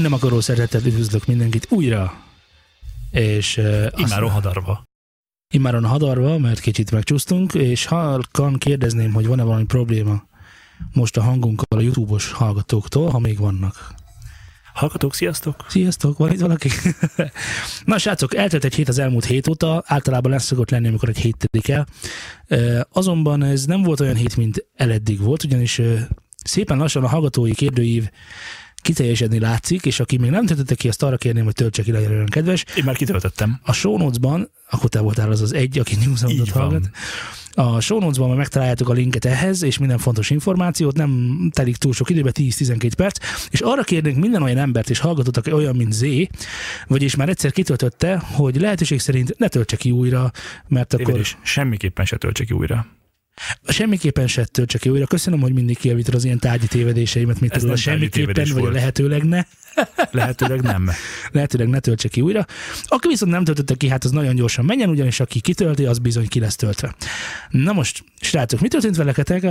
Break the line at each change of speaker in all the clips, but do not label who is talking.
Nem akaró szeretettel üdvözlök mindenkit újra. És immáron hadarva, mert kicsit megcsúsztunk, és halkan kérdezném, hogy van-e valami probléma most a hangunkkal a YouTube-os hallgatóktól, ha még vannak.
Hallgatók, sziasztok!
Sziasztok, van itt valaki? Na srácok, eltelt egy hét az elmúlt hét óta, általában lesz szokott lenni, amikor egy hét telik el. Azonban ez nem volt olyan hét, mint eleddig volt, ugyanis szépen lassan a hallgatói kérdőív kiteljesedni látszik, és aki még nem töltötte ki, azt arra kérném, hogy töltse ki, legyen olyan kedves.
Én már kitöltöttem.
A show notes-ban, akkor te voltál az egy, aki Newsoundot hallgat. A show notes-ban majd megtaláljátok a linket ehhez, és minden fontos információt, nem telik túl sok időbe, 10-12 perc, és arra kérnénk minden olyan embert és hallgatót, aki olyan, mint Z, vagyis már egyszer kitöltötte, hogy lehetőség szerint ne töltse ki újra, mert akkor...
Semmiképpen se töltse ki újra.
Semmiképpen se töltse ki újra. Köszönöm, hogy mindig kiavítod az ilyen tárgyi tévedéseimet, mit tudod, semmiképpen, vagy a lehetőleg ne.
Lehetőleg nem.
Lehetőleg ne töltse ki újra. Aki viszont nem töltötte ki, hát az nagyon gyorsan menjen, ugyanis aki kitölti, az bizony ki lesz töltve. Na most, srácok, mi történt veleketek?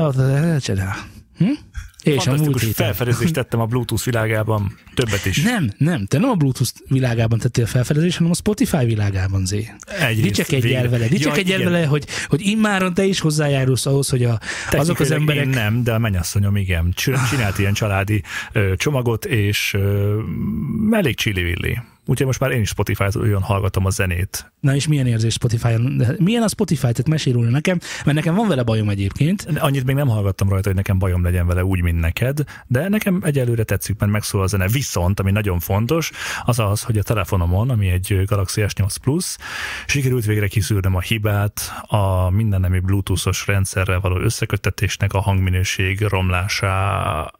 És a múlt héten.
Felfedezést tettem a Bluetooth világában, többet is.
Nem, te nem a Bluetooth világában tettél felfedezést, hanem a Spotify világában, Z. Dicsekedj el vele, hogy immáron te is hozzájárulsz ahhoz, hogy azok az emberek...
Én nem, de a mennyasszonyom igen. Csinált ilyen családi csomagot, és elég csili-villi. Úgyhogy most már én is Spotify-on hallgatom a zenét.
Na és milyen érzés Spotify-on? Milyen a Spotify? Tehát mesélj róla nekem, mert nekem van vele bajom egyébként.
Annyit még nem hallgattam rajta, hogy nekem bajom legyen vele úgy, mint neked, de nekem egyelőre tetszik, mert megszól a zene. Viszont, ami nagyon fontos, az az, hogy a telefonomon, ami egy Galaxy S8 Plus, sikerült végre kiszűrnem a hibát, a mindennemű Bluetooth-os rendszerrel való összeköttetésnek a hangminőség romlásá.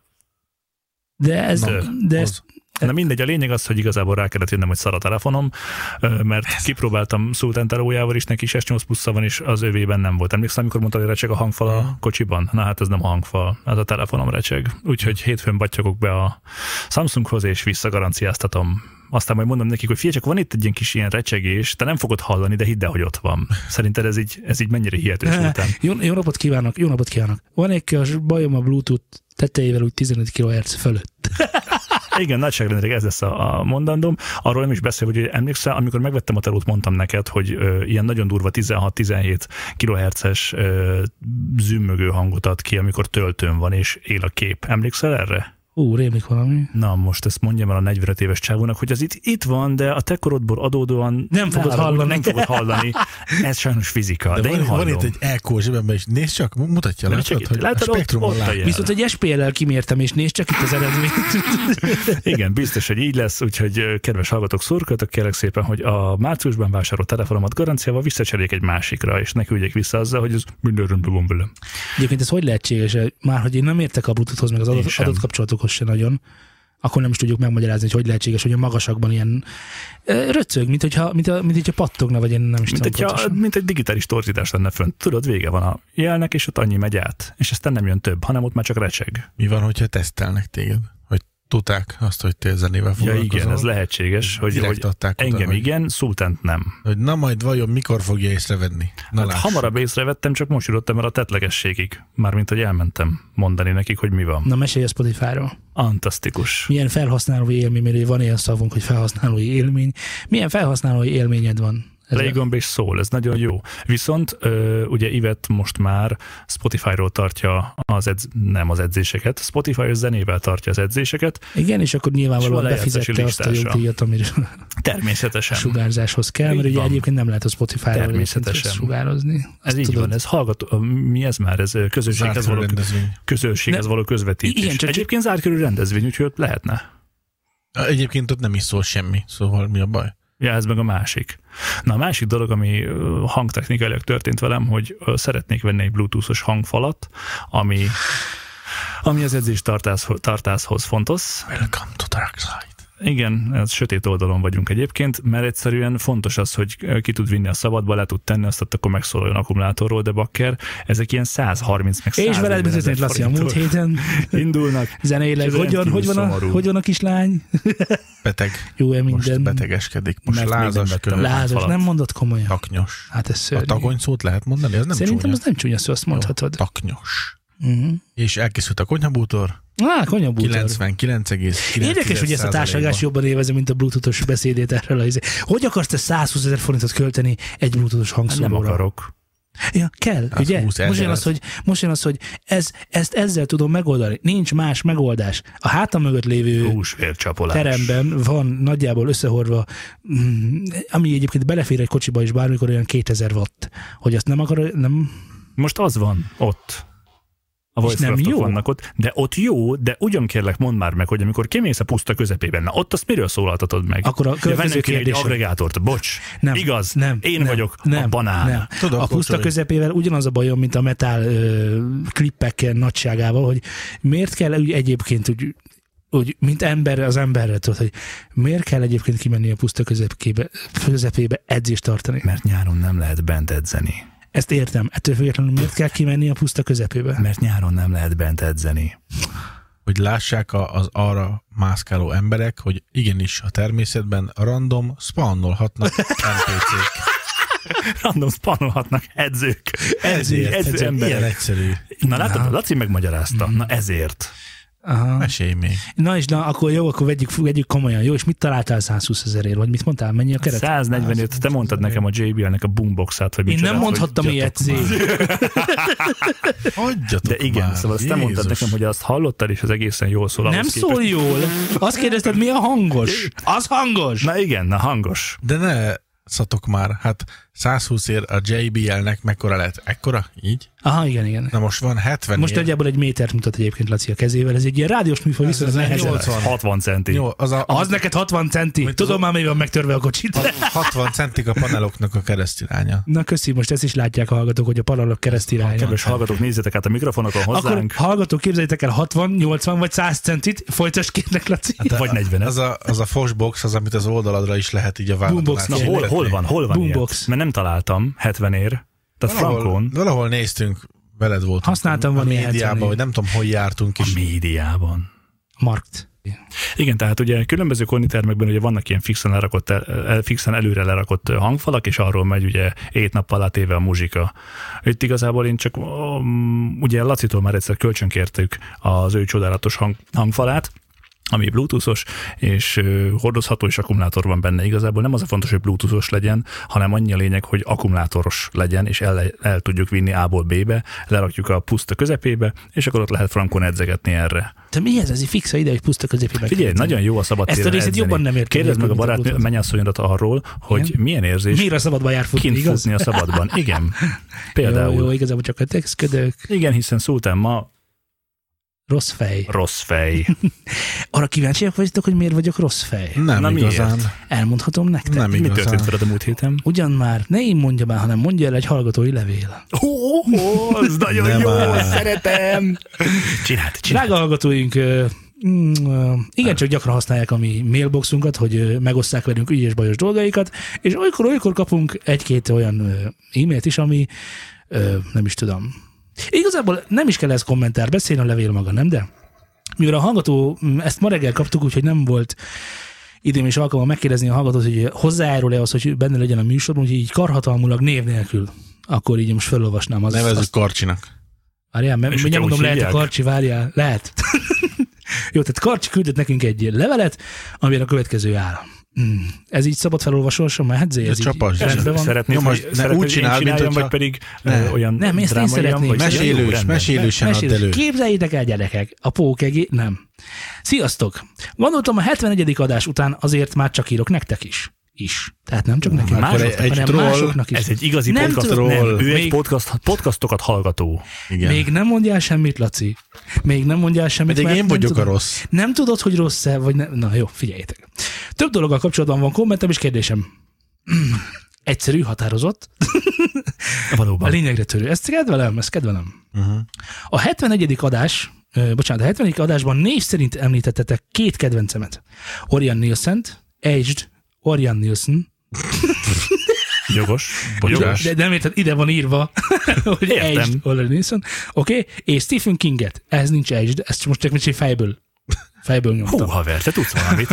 Na mindegy, a lényeg az, hogy igazából rá kellett jönnöm, hogy szar a telefonom, mert kipróbáltam Sultan Tarójával is, neki is S8 Plus-a van, és az övében nem volt. Emlékszem, amikor mondtad, hogy recseg a hangfal a kocsiban? Na hát ez nem a hangfal, ez a telefonom recseg. Úgyhogy hétfőn battyogok be a Samsunghoz, és visszagaranciáztatom. Aztán majd mondom nekik, hogy figyelj, csak van itt egy ilyen kis ilyen recsegés, te nem fogod hallani, de hidd el, hogy ott van. Szerinted ez így mennyire hihetős voltam?
Jó napot kívánok! Van egy bajom a Bluetooth tetejével úgy 15 kHz fölött.
Igen, nagyságrendileg ez lesz a mondandóm. Arról nem is beszél, hogy emlékszel, amikor megvettem a telót, mondtam neked, hogy ilyen nagyon durva 16-17 kHz-es zümmögő hangot ad ki, amikor töltőn van és él a kép. Emlékszel erre?
Rémlik valami.
Na, most ezt mondjam el a 45 éves csávónak, hogy az itt van, de a te korodból adódóan
nem fogod hallani.
Ez sajnos fizika. De én
van itt egy EQ zsebemben, és nézd csak, mutatja, látod, a spektrumon látod.
Viszont egy SPL-lel kimértem, és nézd csak itt az eredményt.
Igen, biztos, hogy így lesz, úgyhogy kedves hallgatók, szurkoljatok kérlek szépen, hogy a márciusban vásárolt telefonomat garanciával visszacseréljék egy másikra, és ne küldjék vissza azzal, hogy ez minden rendben van vele.
Egyébként ez hogy lehetséges? Már hogy én nem értek a Bluetoothhoz, meg az adott kapcsolatokhoz se nagyon, akkor nem is tudjuk megmagyarázni, hogy lehetséges, hogy a magasakban ilyen röccög, mint hogyha pattogna, vagy én nem is tudom.
Mint egy digitális torzítás lenne fönt. Tudod, vége van a jelnek, és ott annyi megy át. És aztán nem jön több, hanem ott már csak recseg.
Mi van, hogyha tesztelnek téged? Hogy tudták azt, hogy te zenével foglalkozol?
Ja igen, ez lehetséges, hogy engem igen, Sultant nem.
Hogy na majd vajon mikor fogja észrevenni?
Hát hamarabb észrevettem, csak most jutottam el a tettlegességig. Mármint, hogy elmentem mondani nekik, hogy mi van.
Na mesélj a Spotify-ról.
Fantasztikus.
Milyen felhasználói élmény, mert van ilyen szavunk, hogy felhasználói élmény. Milyen felhasználói élményed van?
Playgomb és szól, ez nagyon jó. Viszont ugye Ivett most már Spotify-ról tartja nem az edzéseket, Spotify-os zenével tartja az edzéseket.
Igen, és akkor nyilvánvalóan befizette azt a jogdíjat, amire
természetesen
a sugárzáshoz kell, mert ugye egyébként nem lehet a Spotify-ról
természetesen
sugározni.
Ez így van, ez hallgató, mi ez már? Ez közönséghez való közvetítés. Igen, egyébként zártkörű rendezvény, úgyhogy lehetne.
Egyébként ott nem is szól semmi, szóval mi a baj?
Ja, ez meg a másik. Na a másik dolog, ami hangtechnikailag történt velem, hogy szeretnék venni egy Bluetooth-os hangfalat, ami az edzéstartáshoz fontos.
Welcome to dark side.
Igen, ez sötét oldalon vagyunk egyébként, mert egyszerűen fontos az, hogy ki tud vinni a szabadba, le tud tenni, azt akkor megszólaljon akkumulátorról, de bakker, ezek ilyen 130 meg 100
és veled bizonyít Laci a múlt héten
indulnak.
Zenéleg, hogy van a kislány?
Beteg.
Jó-e minden?
Most betegeskedik. Most
lázas, nem mondod komolyan?
Taknyos.
Hát ez szörnyű.
A takony szót lehet mondani? Ez nem
szerintem
csúnya.
az nem csúnya szó, azt mondhatod.
Taknyos. És elkészült a konyhabútor,
Konya bútor.
99,9%.
Érdekes, hogy ezt a társadalás jobban élvezem, mint a bluetoothos beszédét erről. Hogy akarsz te 120 000 forintot költeni egy bluetoothos hangszóróra?
Nem akarok.
Ja, kell, ugye? Most jön az, hogy ezt ezzel tudom megoldani. Nincs más megoldás. A hátam mögött lévő teremben van nagyjából összehordva, ami egyébként belefér egy kocsiba is bármikor olyan 2000 watt. Hogy azt nem akar, nem...
Most az van ott. A voice-craftok vannak ott, de ott jó, de ugyan kérlek, mondd már meg, hogy amikor kimész a puszta közepében, na ott azt miről szólaltatod meg?
Akkor a következő kérdés.
Egy agregátort, bocs,
nem,
igaz,
nem,
én vagyok a banán.
Nem. Tudom, a puszta közepével ugyanaz a bajom, mint a metal klippek nagyságával, hogy miért kell egyébként úgy, mint ember az emberre, tudod, hogy miért kell egyébként kimenni a puszta közepébe edzést tartani?
Mert nyáron nem lehet bent edzeni.
Ezt értem. Ettől függetlenül miért kell kimenni a puszta közepébe?
Mert nyáron nem lehet bent edzeni.
Hogy lássák az arra mászkáló emberek, hogy igenis a természetben random spawnolhatnak NPC-k.
Random spawnolhatnak edzők.
Edző emberek. Ilyen egyszerű.
Na látod, Laci megmagyarázta. Na ezért.
Aha.
Mesélj még.
Akkor jó, akkor vegyük komolyan. Jó, és mit találtál 120 000-ért? Vagy mit mondtál? Mennyi a keret?
145. Te mondtad nekem a JBL-nek a boomboxát, vagy
én nem mondhattam ilyet,
Hagyjatok.
De igen,
már,
szóval azt te mondtad nekem, hogy azt hallottad, és az egészen jól szól.
Nem szól jól. Azt kérdezted, mi a hangos? Az hangos.
Na igen, na hangos.
De ne szatok már. Hát 120 ér a JBL-nek mekkora lett? Ekkora? Így?
Aha, igen.
Na most van 70
most nagyjából egy métert mutat egyébként Laci a kezével. Ez egy ilyen rádiós műfaj, viszont nehezebb.
60 centi.
Jó,
az neked 60 centi. Tudom már, mi van megtörve a kocsit.
60 centik a paneloknak a keresztiránya.
Na köszi, most ezt is látják a hallgatók, hogy a panelok keresztiránya.
Kedves hallgatók, nézzétek át a mikrofonokon hozzánk.
Akkor hallgatók, képzeljétek el 60, 80 vagy 100 centit. Folytasd kérlek, Laci.
Hát, vagy 40.
Az a Foshbox, az, amit az oldaladra is lehet így a vállalatnál.
Hol van ilyet? Mert nem találtam 70 ér. Tehát frankon.
Valahol néztünk, veled voltunk.
Használtam van
a médiában, vagy nem tudom, hol jártunk is.
A médiában.
Markt.
Igen, tehát ugye különböző konditermekben ugye vannak ilyen fixen előre lerakott hangfalak, és arról megy ugye 7 nappal átéve a muzsika. Itt igazából én csak ugye Lacitól már egyszer kölcsönkértük az ő csodálatos hangfalát, ami bluetoothos, és hordozható, és akkumulátor van benne. Igazából nem az a fontos, hogy bluetoothos legyen, hanem annyi a lényeg, hogy akkumulátoros legyen, és el tudjuk vinni A-ból B-be, lerakjuk a puszta közepébe, és akkor ott lehet frankon edzegetni erre.
De mi ez? Ez így fixa ide, hogy puszta közepébe.
Figyelj, nagyon jó a szabadtéren
edzeni. Ezt a részét jobban nem értem.
Kérdezd meg a barát mennyasszonyodat arról, hogy milyen érzés
mire a szabadban jár futni,
kint
igaz?
futni a szabadban. Igen. Például.
Jó, igazából csak kötözködök.
Igen, hiszen Szultán ma
Rossz fej.
Rossz fej.
Arra kíváncsiak vagytok, hogy miért vagyok rossz fej?
Nem igazán.
Miért?
Elmondhatom nektek?
Nem
Mi történt
igazán.
veled a múlt héten?
Ugyan már, ne én mondjam el, hanem mondja el egy hallgatói levél.
Az nagyon
Nem
jó,
áll.
szeretem. Csináld.
Drága hallgatóink, igen, csak gyakran használják a mi mailboxunkat, hogy megosszák velünk ügyes-bajos dolgaikat, és olykor kapunk egy-két olyan e-mailt is, ami nem is tudom. Igazából nem is kell ez kommentár, beszélni a levél maga, nem? De mivel a hallgató, ezt ma reggel kaptuk, úgyhogy nem volt időm és alkalma megkérdezni a hallgatót, hogy hozzájárul-e az, hogy benne legyen a műsorban, úgyhogy így karhatalmulag név nélkül. Akkor így most felolvasnám.
Nevezzük Karcsinak.
Várjál, mindjárt mondom, lehet a Karcsi, várjál, lehet. Jó, tehát Karcsi küldött nekünk egy levelet, amire a következő áll. Ez így szabad felolvasolsom, mehet Zé? Ez
Csapasd.
rendben van?
Szeretnéd,
úgy csinál, mint hogyha...
vagy pedig olyan
nem, ezt én
drámaian,
szeretném.
vagy
Mesélősen add elő.
Képzeljétek el, gyerekek, a pókegé... Nem. Sziasztok! Gondoltam, a 71. adás után azért már csak írok nektek is. Tehát nem csak nekünk, hanem másoknak is.
Ez egy igazi
nem
podcastról.
tudom,
Ő egy podcastokat hallgató.
Igen.
Még nem mondjál semmit, Laci. Még nem mondjál semmit,
Pedig
mert
én vagyok a rossz.
Nem tudod, hogy rossz-e, vagy nem. Na jó, figyeljétek. Több dologgal kapcsolatban van kommentem és kérdésem. Egyszerű, határozott.
Valóban.
A lényegre törő. Ezt kedvelem. A 71. adás, a 70. adásban név szerint említettetek két kedvencemet. Orion Nielsen-t, aged Orion Nielsen.
Jogos.
De nem érted, ide van írva, hogy aged Orion Nielsen. Oké, és Stephen Kinget. Ez nincs aged, ezt most csak egy fejből nyomtam.
Hú, haver, te tudsz valamit.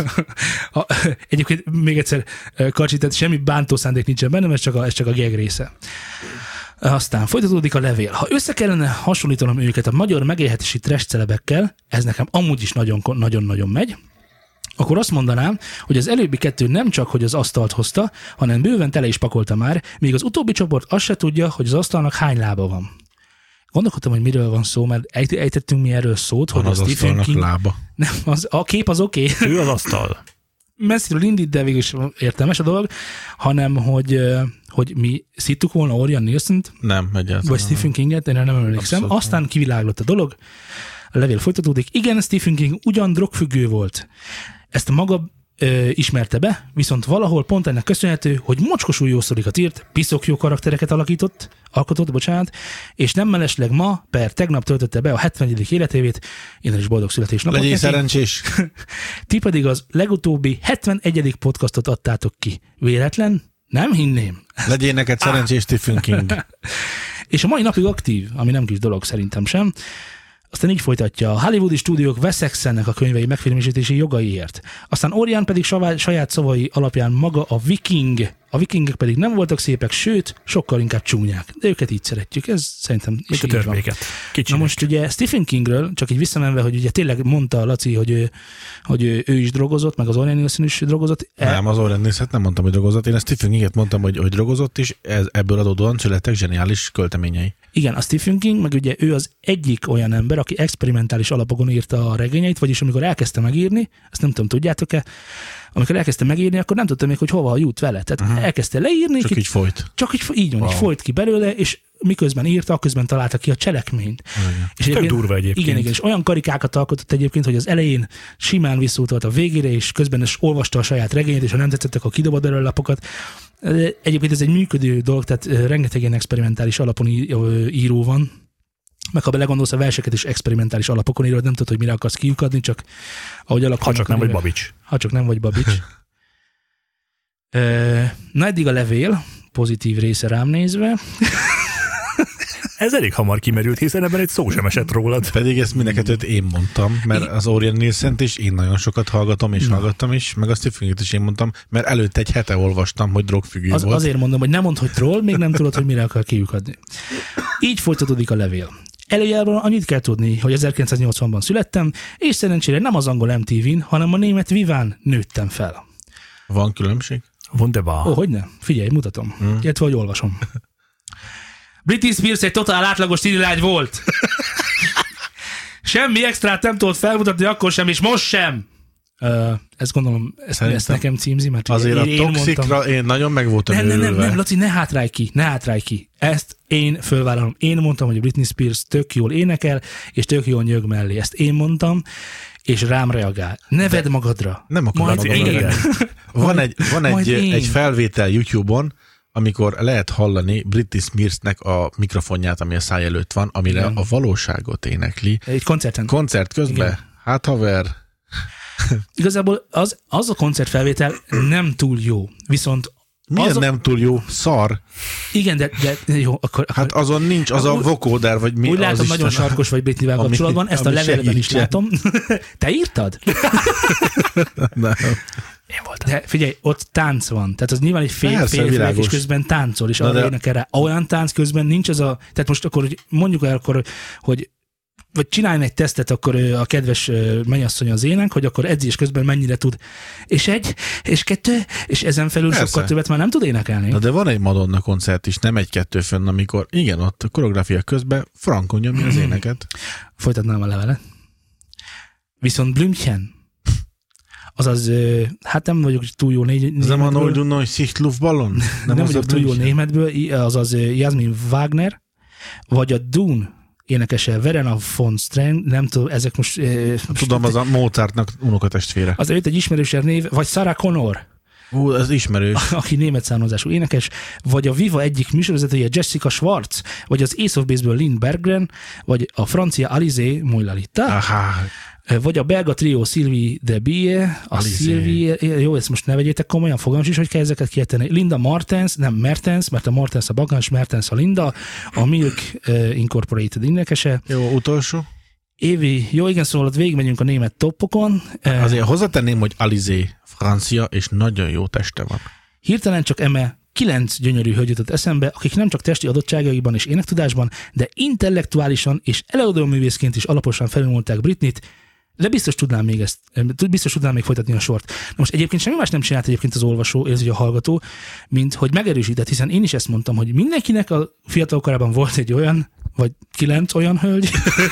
Egyébként még egyszer, Karcsi, tehát semmi bántó szándék nincsen bennem, ez csak a gag része. Aztán folytatódik a levél. Ha össze kellene hasonlítanom őket a magyar megélhetési trash celebekkel, ez nekem amúgy is nagyon-nagyon megy, akkor azt mondanám, hogy az előbbi kettő nem csak, hogy az asztalt hozta, hanem bőven tele is pakolta már, míg az utóbbi csoport azt se tudja, hogy az asztalnak hány lába van. Gondolkodtam, hogy miről van szó, mert ejtettünk mi erről szót,
van
hogy
az
a Stephen King...
lába.
Nem, a kép az oké.
Ő az asztal.
Messziről indít, de végül is értelmes a dolog, hanem, hogy mi szittuk volna Orion Nielsen-t,
Nem, egyáltalán.
vagy Stephen Kinget, én nem emlékszem.
Abszolút.
Aztán kiviláglott a dolog, a levél folytatódik. Igen, Stephen King ugyan drogfüggő volt. Ezt maga ismerte be, viszont valahol pont ennek köszönhető, hogy mocskosul jó sztorikat írt, piszok jó karaktereket alkotott, és nem mellesleg ma, tegnap töltötte be a 70. életévét, innen is boldog születésnapot.
Legyél szerencsés.
Ti pedig az legutóbbi 71. podcastot adtátok ki. Véletlen? Nem hinném.
Legyél neked szerencsés, Stephen King.
És a mai napig aktív, ami nem kis dolog szerintem sem. Aztán így folytatja a hollywoodi stúdiók Wessexennek a könyvei megfilmesítési jogaiért. Aztán Orion pedig saját szavai alapján maga a viking. A vikingek pedig nem voltak szépek, sőt, sokkal inkább csúnyák. De őket így szeretjük, ez szerintem is így van. Na most ugye Stephen Kingről, csak így visszamenve, hogy ugye tényleg mondta Laci, hogy ő is drogozott, meg az Orion Nielsen is drogozott.
Nem, az Orion Nielsen nem mondtam, hogy drogozott. Én a Stephen Kinget mondtam, hogy drogozott, és ebből adódóan születtek zseniális költeményei. Igen,
a Stephen King, meg ugye ő az egyik olyan ember, aki experimentális alapokon írta a regényeit, vagyis amikor elkezdte megírni, ezt nem tudom, tudjátok-e, amikor elkezdte megírni, akkor nem tudtam még, hogy hova jut vele. Tehát elkezdte leírni.
Csak így folyt.
Csak így van, így folyt ki belőle, és miközben írta, közben találta ki a cselekményt.
És durva egyébként.
Igen, és olyan karikákat alkotott egyébként, hogy az elején simán visszautolt a végére, és közben is olvasta a saját regényét, és ha nem tetszettek, akkor kidobod erről lapokat. Egyébként ez egy működő dolog, tehát rengeteg ilyen experimentális alapon író van. Meg ha belegondolsz, a verseket is experimentális alapokon írod, nem tudod, hogy mire akarsz kiukadni, csak ahogy alakulnak.
Ha csak nem vagy Babics.
Ha csak nem vagy Babics. Na eddig a levél, pozitív része rám nézve.
Ez elég hamar kimerült, hiszen ebben egy szó sem esett rólad.
Pedig ezt mindenkettőt én mondtam, mert az Orion Nielsent is én nagyon sokat hallgatom, és hallgattam is, meg a Stephen Kinget is én mondtam, mert előtt egy hete olvastam, hogy drogfüggő volt.
Azért mondom, hogy nem mondd, hogy troll, még nem tudod, hogy mire akar kiukadni. Így folytatódik a levél. Előjáróban annyit kell tudni, hogy 1980-ban születtem, és szerencsére nem az angol MTV-n, hanem a német Viván nőttem fel.
Van különbség?
Wunderbar.
Hogyne? Figyelj, mutatom. Illetve, hogy olvasom. Britney Spears egy totál átlagos tinilány volt. Semmi extrát nem tudott felmutatni akkor sem, és most sem. Ezt gondolom, ezt nekem címzi, mert
azért a toxikra én nagyon meg voltam őrülve.
Nem, Laci, ne hátrálj ki. Ezt én fölvállalom. Én mondtam, hogy a Britney Spears tök jól énekel, és tök jól nyög mellé. Ezt én mondtam, és rám reagál. Ne vedd magadra.
Nem akarom magadra. Van egy felvétel YouTube-on, amikor lehet hallani Britney Spearsnek a mikrofonját, ami a száj előtt van, amire a valóságot énekli.
Egy koncerten.
Koncert közben. Igen. Hát haver.
Igazából az a koncertfelvétel nem túl jó, viszont
milyen nem túl jó? Szar.
Igen, de jó, akkor...
Hát azon nincs az a vokóder, vagy mi.
Úgy látom, az nagyon sarkos vagy Britneyvel kapcsolatban, ezt a levélben is látom. Te írtad?
Nem.
Én voltam. De figyelj, ott tánc van. Tehát az nyilván egy férfi, és közben táncol, és arra énekel rá. Olyan tánc közben nincs az a... Tehát most akkor mondjuk el akkor, hogy vagy csinálj egy tesztet akkor a kedves mennyasszony az ének, hogy akkor edzés közben mennyire tud. És egy, és kettő, és ezen felül sokkal többet már nem tud énekelni.
Na de van egy Madonna koncert is, nem egy-kettő fönn, amikor igen, ott a koreográfia közben frankon nyomja az éneket.
Folytatnám a levelet. Viszont Blümchen, azaz, hát nem vagyok túl jó németből.
Nem a Neudunoi Sichtluftballon?
Nem vagyok túl jó németből, azaz Jasmin Wagner, vagy a Dune énekese Verena von Streng, nem tudom, ezek most...
Tudom, az a Mozartnak unokatestvére.
Az előtt egy ismerősebb név, vagy Sarah Connor.
Ez ismerős.
Aki német származású énekes, vagy a Viva egyik műsorvezetője Jessica Schwartz, vagy az Ace of Base-ből Lynn Berggren, vagy a francia Alizé Moilalita, vagy a belga trió Sylvie Debie, a Sylvie, jó, ezt most ne vegyétek komolyan, fogalmas is, hogy kell ezeket kiejteni. Linda Martens, nem Mertens, mert a Martens a Bagans, Mertens a Linda, a Milk Incorporated énekese.
Jó, utolsó.
Évi, jó, igen, szóval ott végigmegyünk a német toppokon.
Azért hozzátenném, hogy Alizé francia, és nagyon jó teste van.
Hirtelen csak eme 9 gyönyörű hölgy jutott eszembe, akik nem csak testi adottságaiban és énektudásban, de intellektuálisan és előadóművészként is alaposan felülmúlták Britneyt, de biztos tudnám még folytatni a sort. Na most egyébként semmi más nem csinált egyébként az olvasó, ez ugye a hallgató, mint hogy megerősített, hiszen én is ezt mondtam, hogy mindenkinek a fiatal korában volt egy olyan, vagy 9 olyan hölgy,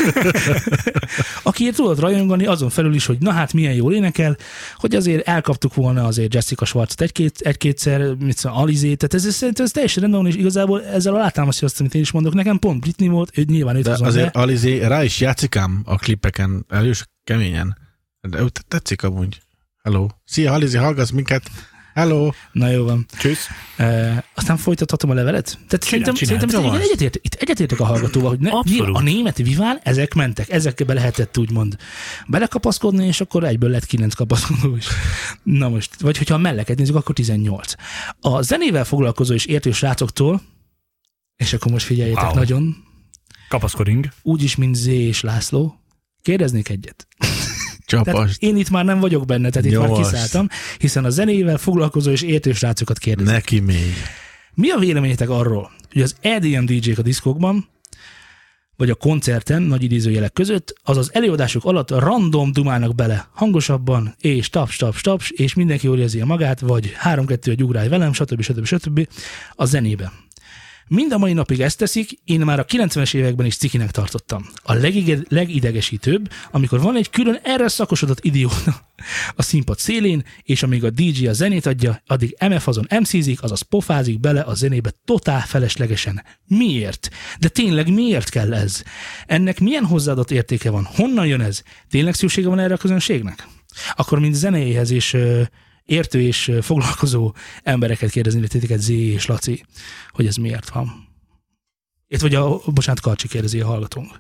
akiért tudott rajongani azon felül is, hogy na hát milyen jól énekel, hogy azért elkaptuk volna azért Jessica Schwartzot egy-kétszer, Alizé, tehát ez teljesen rendben van, és igazából ezzel alátámasztja azt, amit én is mondok. Nekem pont Britney volt, nyilván őt hozom
azért Alizé rá is játszik ám a klippeken, elős keményen. De tetszik amúgy. Hello. Szia, Alizé, hallgatsz minket? Hello.
Na jó van.
Csősz.
Aztán folytathatom a levelet? Tehát szerintem itt egyetértek a hallgatóval, hogy a német viván ezek mentek, ezekbe lehetett úgymond belekapaszkodni, és akkor egyből lett 9 kapaszkodó is. Na most, vagy hogyha a melleket nézzük, akkor 18. A zenével foglalkozó és értő srácoktól, és akkor most figyeljetek nagyon.
Kapaszkoding.
Úgyis, mint Zé és László, kérdeznék egyet.
Csapast.
Én itt már nem vagyok benne, tehát itt már kiszálltam, hiszen a zenével foglalkozó és értő srácokat kérdezek.
Neki még.
Mi a véleményetek arról, hogy az EDM DJ-k a diszkókban, vagy a koncerten, nagy idézőjelek között, azaz előadások alatt random dumálnak bele hangosabban, és taps, és mindenki jól érzi magát, vagy 3-2, egy ugrálj velem, stb. A zenébe. Mind a mai napig ezt teszik, én már a 90-es években is cikinek tartottam. A legidegesítőbb, amikor van egy külön erre szakosodott idióta a színpad szélén, és amíg a DJ a zenét adja, addig MF-azon MC-zik, azaz pofázik bele a zenébe totál feleslegesen. Miért? De tényleg miért kell ez? Ennek milyen hozzáadott értéke van? Honnan jön ez? Tényleg szüksége van erre a közönségnek? Akkor mind zenéjéhez és értő és foglalkozó embereket kérdezni, titeket Zé és Laci, hogy ez miért van. Bocsánat, Karcsi kérdezi a hallgatónk.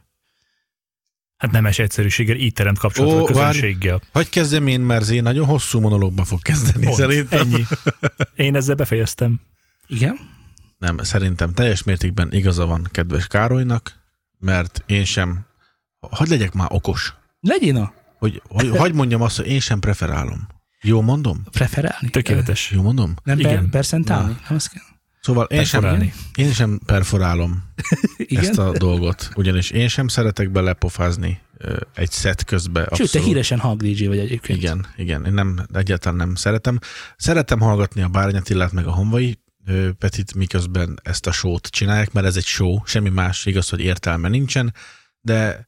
Hát nemes egyszerűséggel így teremt kapcsolatot a közönséggel.
Hagyj kezdjem én, mert Zé nagyon hosszú monológban fog kezdeni. Szerintem.
Ennyi. Én ezzel befejeztem.
Igen?
Nem, szerintem teljes mértékben igaza van kedves Károlynak, mert én sem, hadd legyek már okos.
Legyél
Hadd mondjam azt, hogy én sem preferálom. Jó mondom?
Preferálni?
Tökéletes.
Jó mondom?
Nem percentálni? Nem azt kell.
Szóval én sem perforálom ezt a dolgot, ugyanis én sem szeretek belepofázni egy szett közbe.
Sőt, abszolút. Te híresen hang DJ vagy egyébként.
Igen, én egyáltalán nem szeretem. Szeretem hallgatni a Bárny Attilát meg a Honvai Petit, miközben ezt a show-t csinálják, mert ez egy show, semmi más, igaz, hogy értelme nincsen, de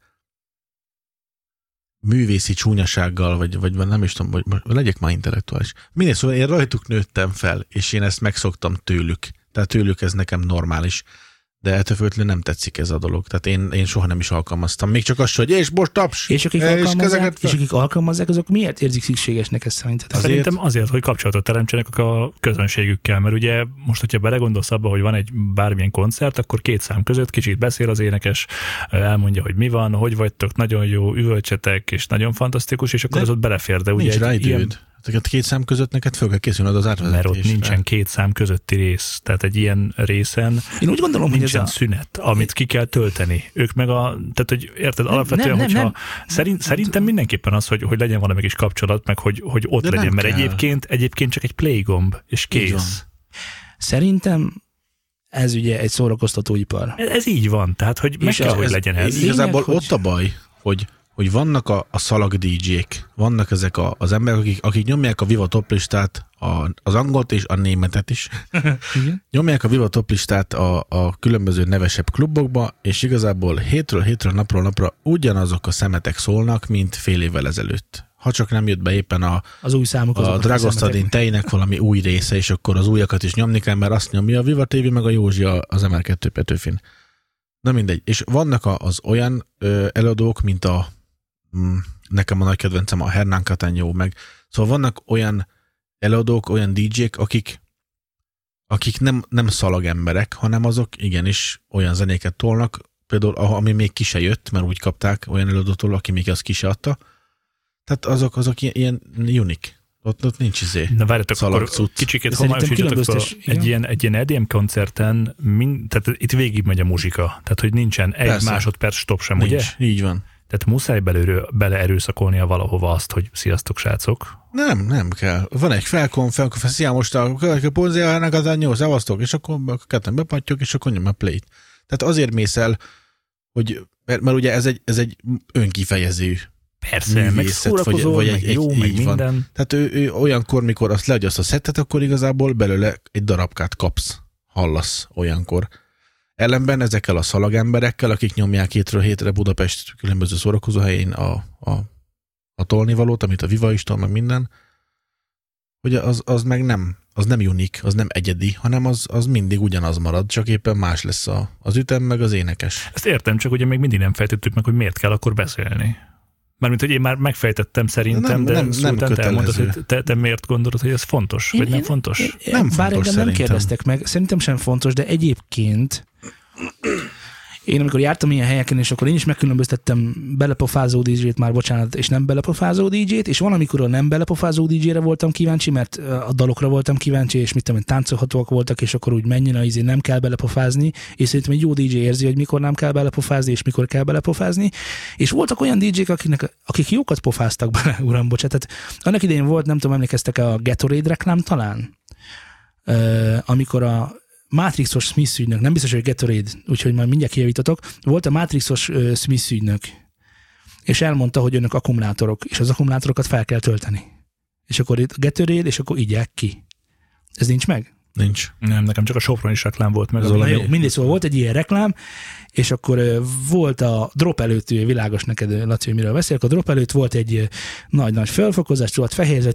művészi csúnyasággal, vagy nem is tudom, vagy legyek már intellektuális. Minél szóval én rajtuk nőttem fel, és én ezt megszoktam tőlük. Tehát tőlük ez nekem normális. De ettől függetlenül nem tetszik ez a dolog. Tehát én soha nem is alkalmaztam. Még csak azt, hogy és most taps!
És akik alkalmazzák, azok miért érzik szükségesnek ezt szerinted?
Szerintem azért, hogy kapcsolatot teremtsenek a közönségükkel, mert ugye most, hogyha belegondolsz abba, hogy van egy bármilyen koncert, akkor 2 szám között kicsit beszél az énekes, elmondja, hogy mi van, hogy vagytok, nagyon jó, üvöltsetek, és nagyon fantasztikus, és akkor az ott belefér. De ugye
nincs rá időd. Tehát 2 szám között neked föl kell készülnöd az átvezetésre.
Mert ott nincsen 2 szám közötti rész. Tehát egy ilyen részen
én úgy gondolom,
nincsen
hogy
szünet, amit ki kell tölteni. Ők meg tehát, hogy érted, alapvetően, hogyha szerintem mindenképpen az, hogy legyen valami kis kapcsolat, meg hogy ott de legyen, mert egyébként csak egy play gomb, és kész.
Szerintem ez ugye egy szórakoztatóipar.
Ez így van, tehát hogy meg kell, hogy legyen ez.
Igazából ott a baj, hogy vannak a szalag DJ-k, vannak ezek az emberek, akik nyomják a Viva Top listát, az angolt és a németet is. Nyomják a Viva Top listát a különböző nevesebb klubokba, és igazából hétről napról napra ugyanazok a szemetek szólnak, mint fél évvel ezelőtt. Ha csak nem jött be éppen
az új számok,
a Dragostadin tejnek valami új része, és akkor az újakat is nyomni kell, mert azt nyomja a Viva TV, meg a Józsi az MR2 Petőfin. Na mindegy. És vannak az olyan előadók, mint nekem a nagy kedvencem a Hernán Catanyó, meg szóval vannak olyan előadók, olyan DJ-k, akik nem szalag emberek, hanem azok igenis olyan zenéket tolnak, például ami még ki se jött, mert úgy kapták olyan előadótól, aki még azt ki se adta. Tehát azok ilyen unik. Ott nincs
Na várjatok, akkor kicsikét homályosítsatok fel egy ilyen EDM koncerten, tehát itt végig megy a muzsika. Tehát, hogy nincsen egy másodperc stop sem,
nincs,
ugye?
Így van.
Tehát muszáj beleerőszakolnia valahova azt, hogy sziasztok, srácok.
Nem kell. Van egy felkonf, szia, most a Ponziának az anyó, szavaztok, és akkor ketten bepattyok, és akkor nyom a play-t. Tehát azért mész el, hogy, mert ugye ez egy önkifejező
persze, meg szórakozol, vagy meg jó, meg minden.
Van. Tehát ő olyankor, mikor azt leadja azt a szettet, akkor igazából belőle egy darabkát kapsz, hallasz olyankor. Ellenben ezekkel a szalagemberekkel, akik nyomják hétről hétre Budapest különböző szórakozó helyén a tolnivalót, amit a Viva is tol, meg minden, hogy az meg nem, az nem unik, az nem egyedi, hanem az mindig ugyanaz marad, csak éppen más lesz az ütem, meg az énekes.
Ezt értem, csak ugye még mindig nem fejtettük meg, hogy miért kell akkor beszélni. Mármint, hogy én már megfejtettem szerintem,
nem
elmondod, hogy te miért gondolod, hogy ez fontos, vagy nem fontos?
Nem
bár
fontos,
engem nem kérdeztek meg, szerintem sem fontos, de egyébként én amikor jártam ilyen helyeken, és akkor én is megkülönböztettem belepofázó DJ-t, már bocsánat, és nem belepofázó DJ-t, és van, amikor a nem belepofázó DJ-re voltam kíváncsi, mert a dalokra voltam kíváncsi, és mit tudom, táncolhatóak voltak, és akkor úgy menjen nem kell belepofázni, és szerintem egy jó DJ érzi, hogy mikor nem kell belepofázni, és mikor kell belepofázni. És voltak olyan DJ-k, akik jókat pofáztak bele, uram, bocsánat. Annak idején volt, nem tudom, emlékeztek a Gatorade reklám talán? Amikor a Matrixos Smith ügynök, nem biztos, hogy Gatorade, úgyhogy majd mindjárt kijavítatok, volt a Matrixos Smith ügynök, és elmondta, hogy önök akkumulátorok, és az akkumulátorokat fel kell tölteni. És akkor itt Gatorade, és akkor igyák ki. Ez nincs meg?
Nincs.
Nem, nekem csak a Sopron is reklám volt meg.
Na jó, mindegy, szóval volt egy ilyen reklám, és akkor volt a drop előtt, világos neked, Laci, hogy miről beszélek, a drop előtt volt egy nagy-nagy felfokozás, volt fehér,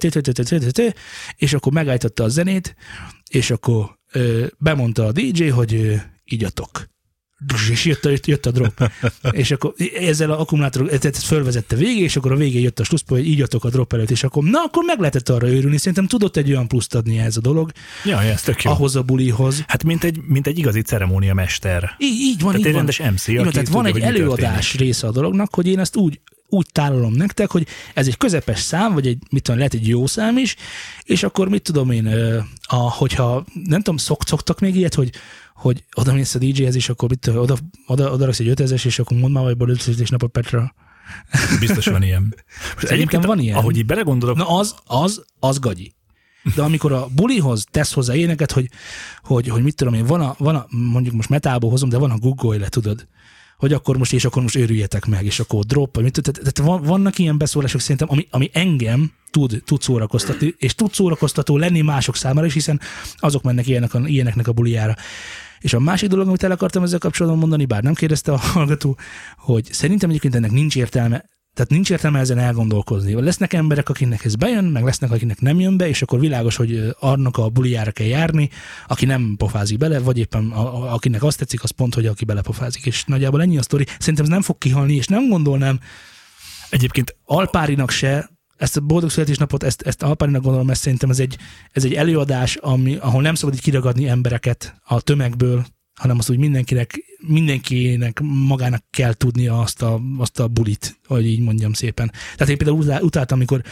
és akkor megállította a zenét, és akkor bemondta a DJ, hogy igyatok. És jött a drop. És akkor ezzel az akkumulátor fölvezette végig, és akkor a végén jött a slusszpó, hogy igyatok a drop előtt, és akkor akkor meg lehetett arra őrülni. Szerintem tudott egy olyan pluszt adni ez a dolog.
Ja, ez tök jó.
Ahhoz a bulihoz.
Hát mint egy igazi ceremóniamester.
Így van,
tehát
így van.
rendes MC,
így van, tehát van egy előadás része a dolognak, hogy én ezt úgy tálalom nektek, hogy ez egy közepes szám, vagy mit tudom, lehet egy jó szám is, és akkor mit tudom én, hogyha nem tudom, szoktak még ilyet, hogy oda mész a DJ-hez, és akkor oda raksz egy 5000-es, és akkor mondd már, hogy boldogszületés napot Petra.
Biztos van ilyen.
Egyébként van ilyen.
Ahogy így belegondolok.
Na az gagyi. De amikor a bulihoz tesz hozzá éneket, hogy mit tudom én, van a mondjuk most metálból hozom, de van a Google-le, tudod, hogy akkor most őrüljetek meg, és akkor drop, vagy mit, tehát vannak ilyen beszólások szerintem, ami engem tud szórakoztatni, és tud szórakoztató lenni mások számára is, hiszen azok mennek ilyeneknek a bulijára. És a másik dolog, amit el akartam ezzel kapcsolatban mondani, bár nem kérdezte a hallgató, hogy szerintem egyébként ennek nincs értelme, tehát nincs értelme ezen elgondolkozni. Lesznek emberek, akiknek ez bejön, meg lesznek, akiknek nem jön be, és akkor világos, hogy annak a bulijára kell járni, aki nem pofázik bele, vagy éppen akinek azt tetszik, az pont, hogy aki belepofázik. És nagyjából ennyi a sztori. Szerintem ez nem fog kihalni, és nem gondolnám egyébként Alpárinak se, ezt a boldog születésnapot, ezt Alpárinak gondolom, mert szerintem ez egy előadás, ahol nem szabad így kiragadni embereket a tömegből, hanem azt úgy mindenkinek magának kell tudnia azt a bulit, hogy így mondjam szépen. Tehát én például utáltam, amikor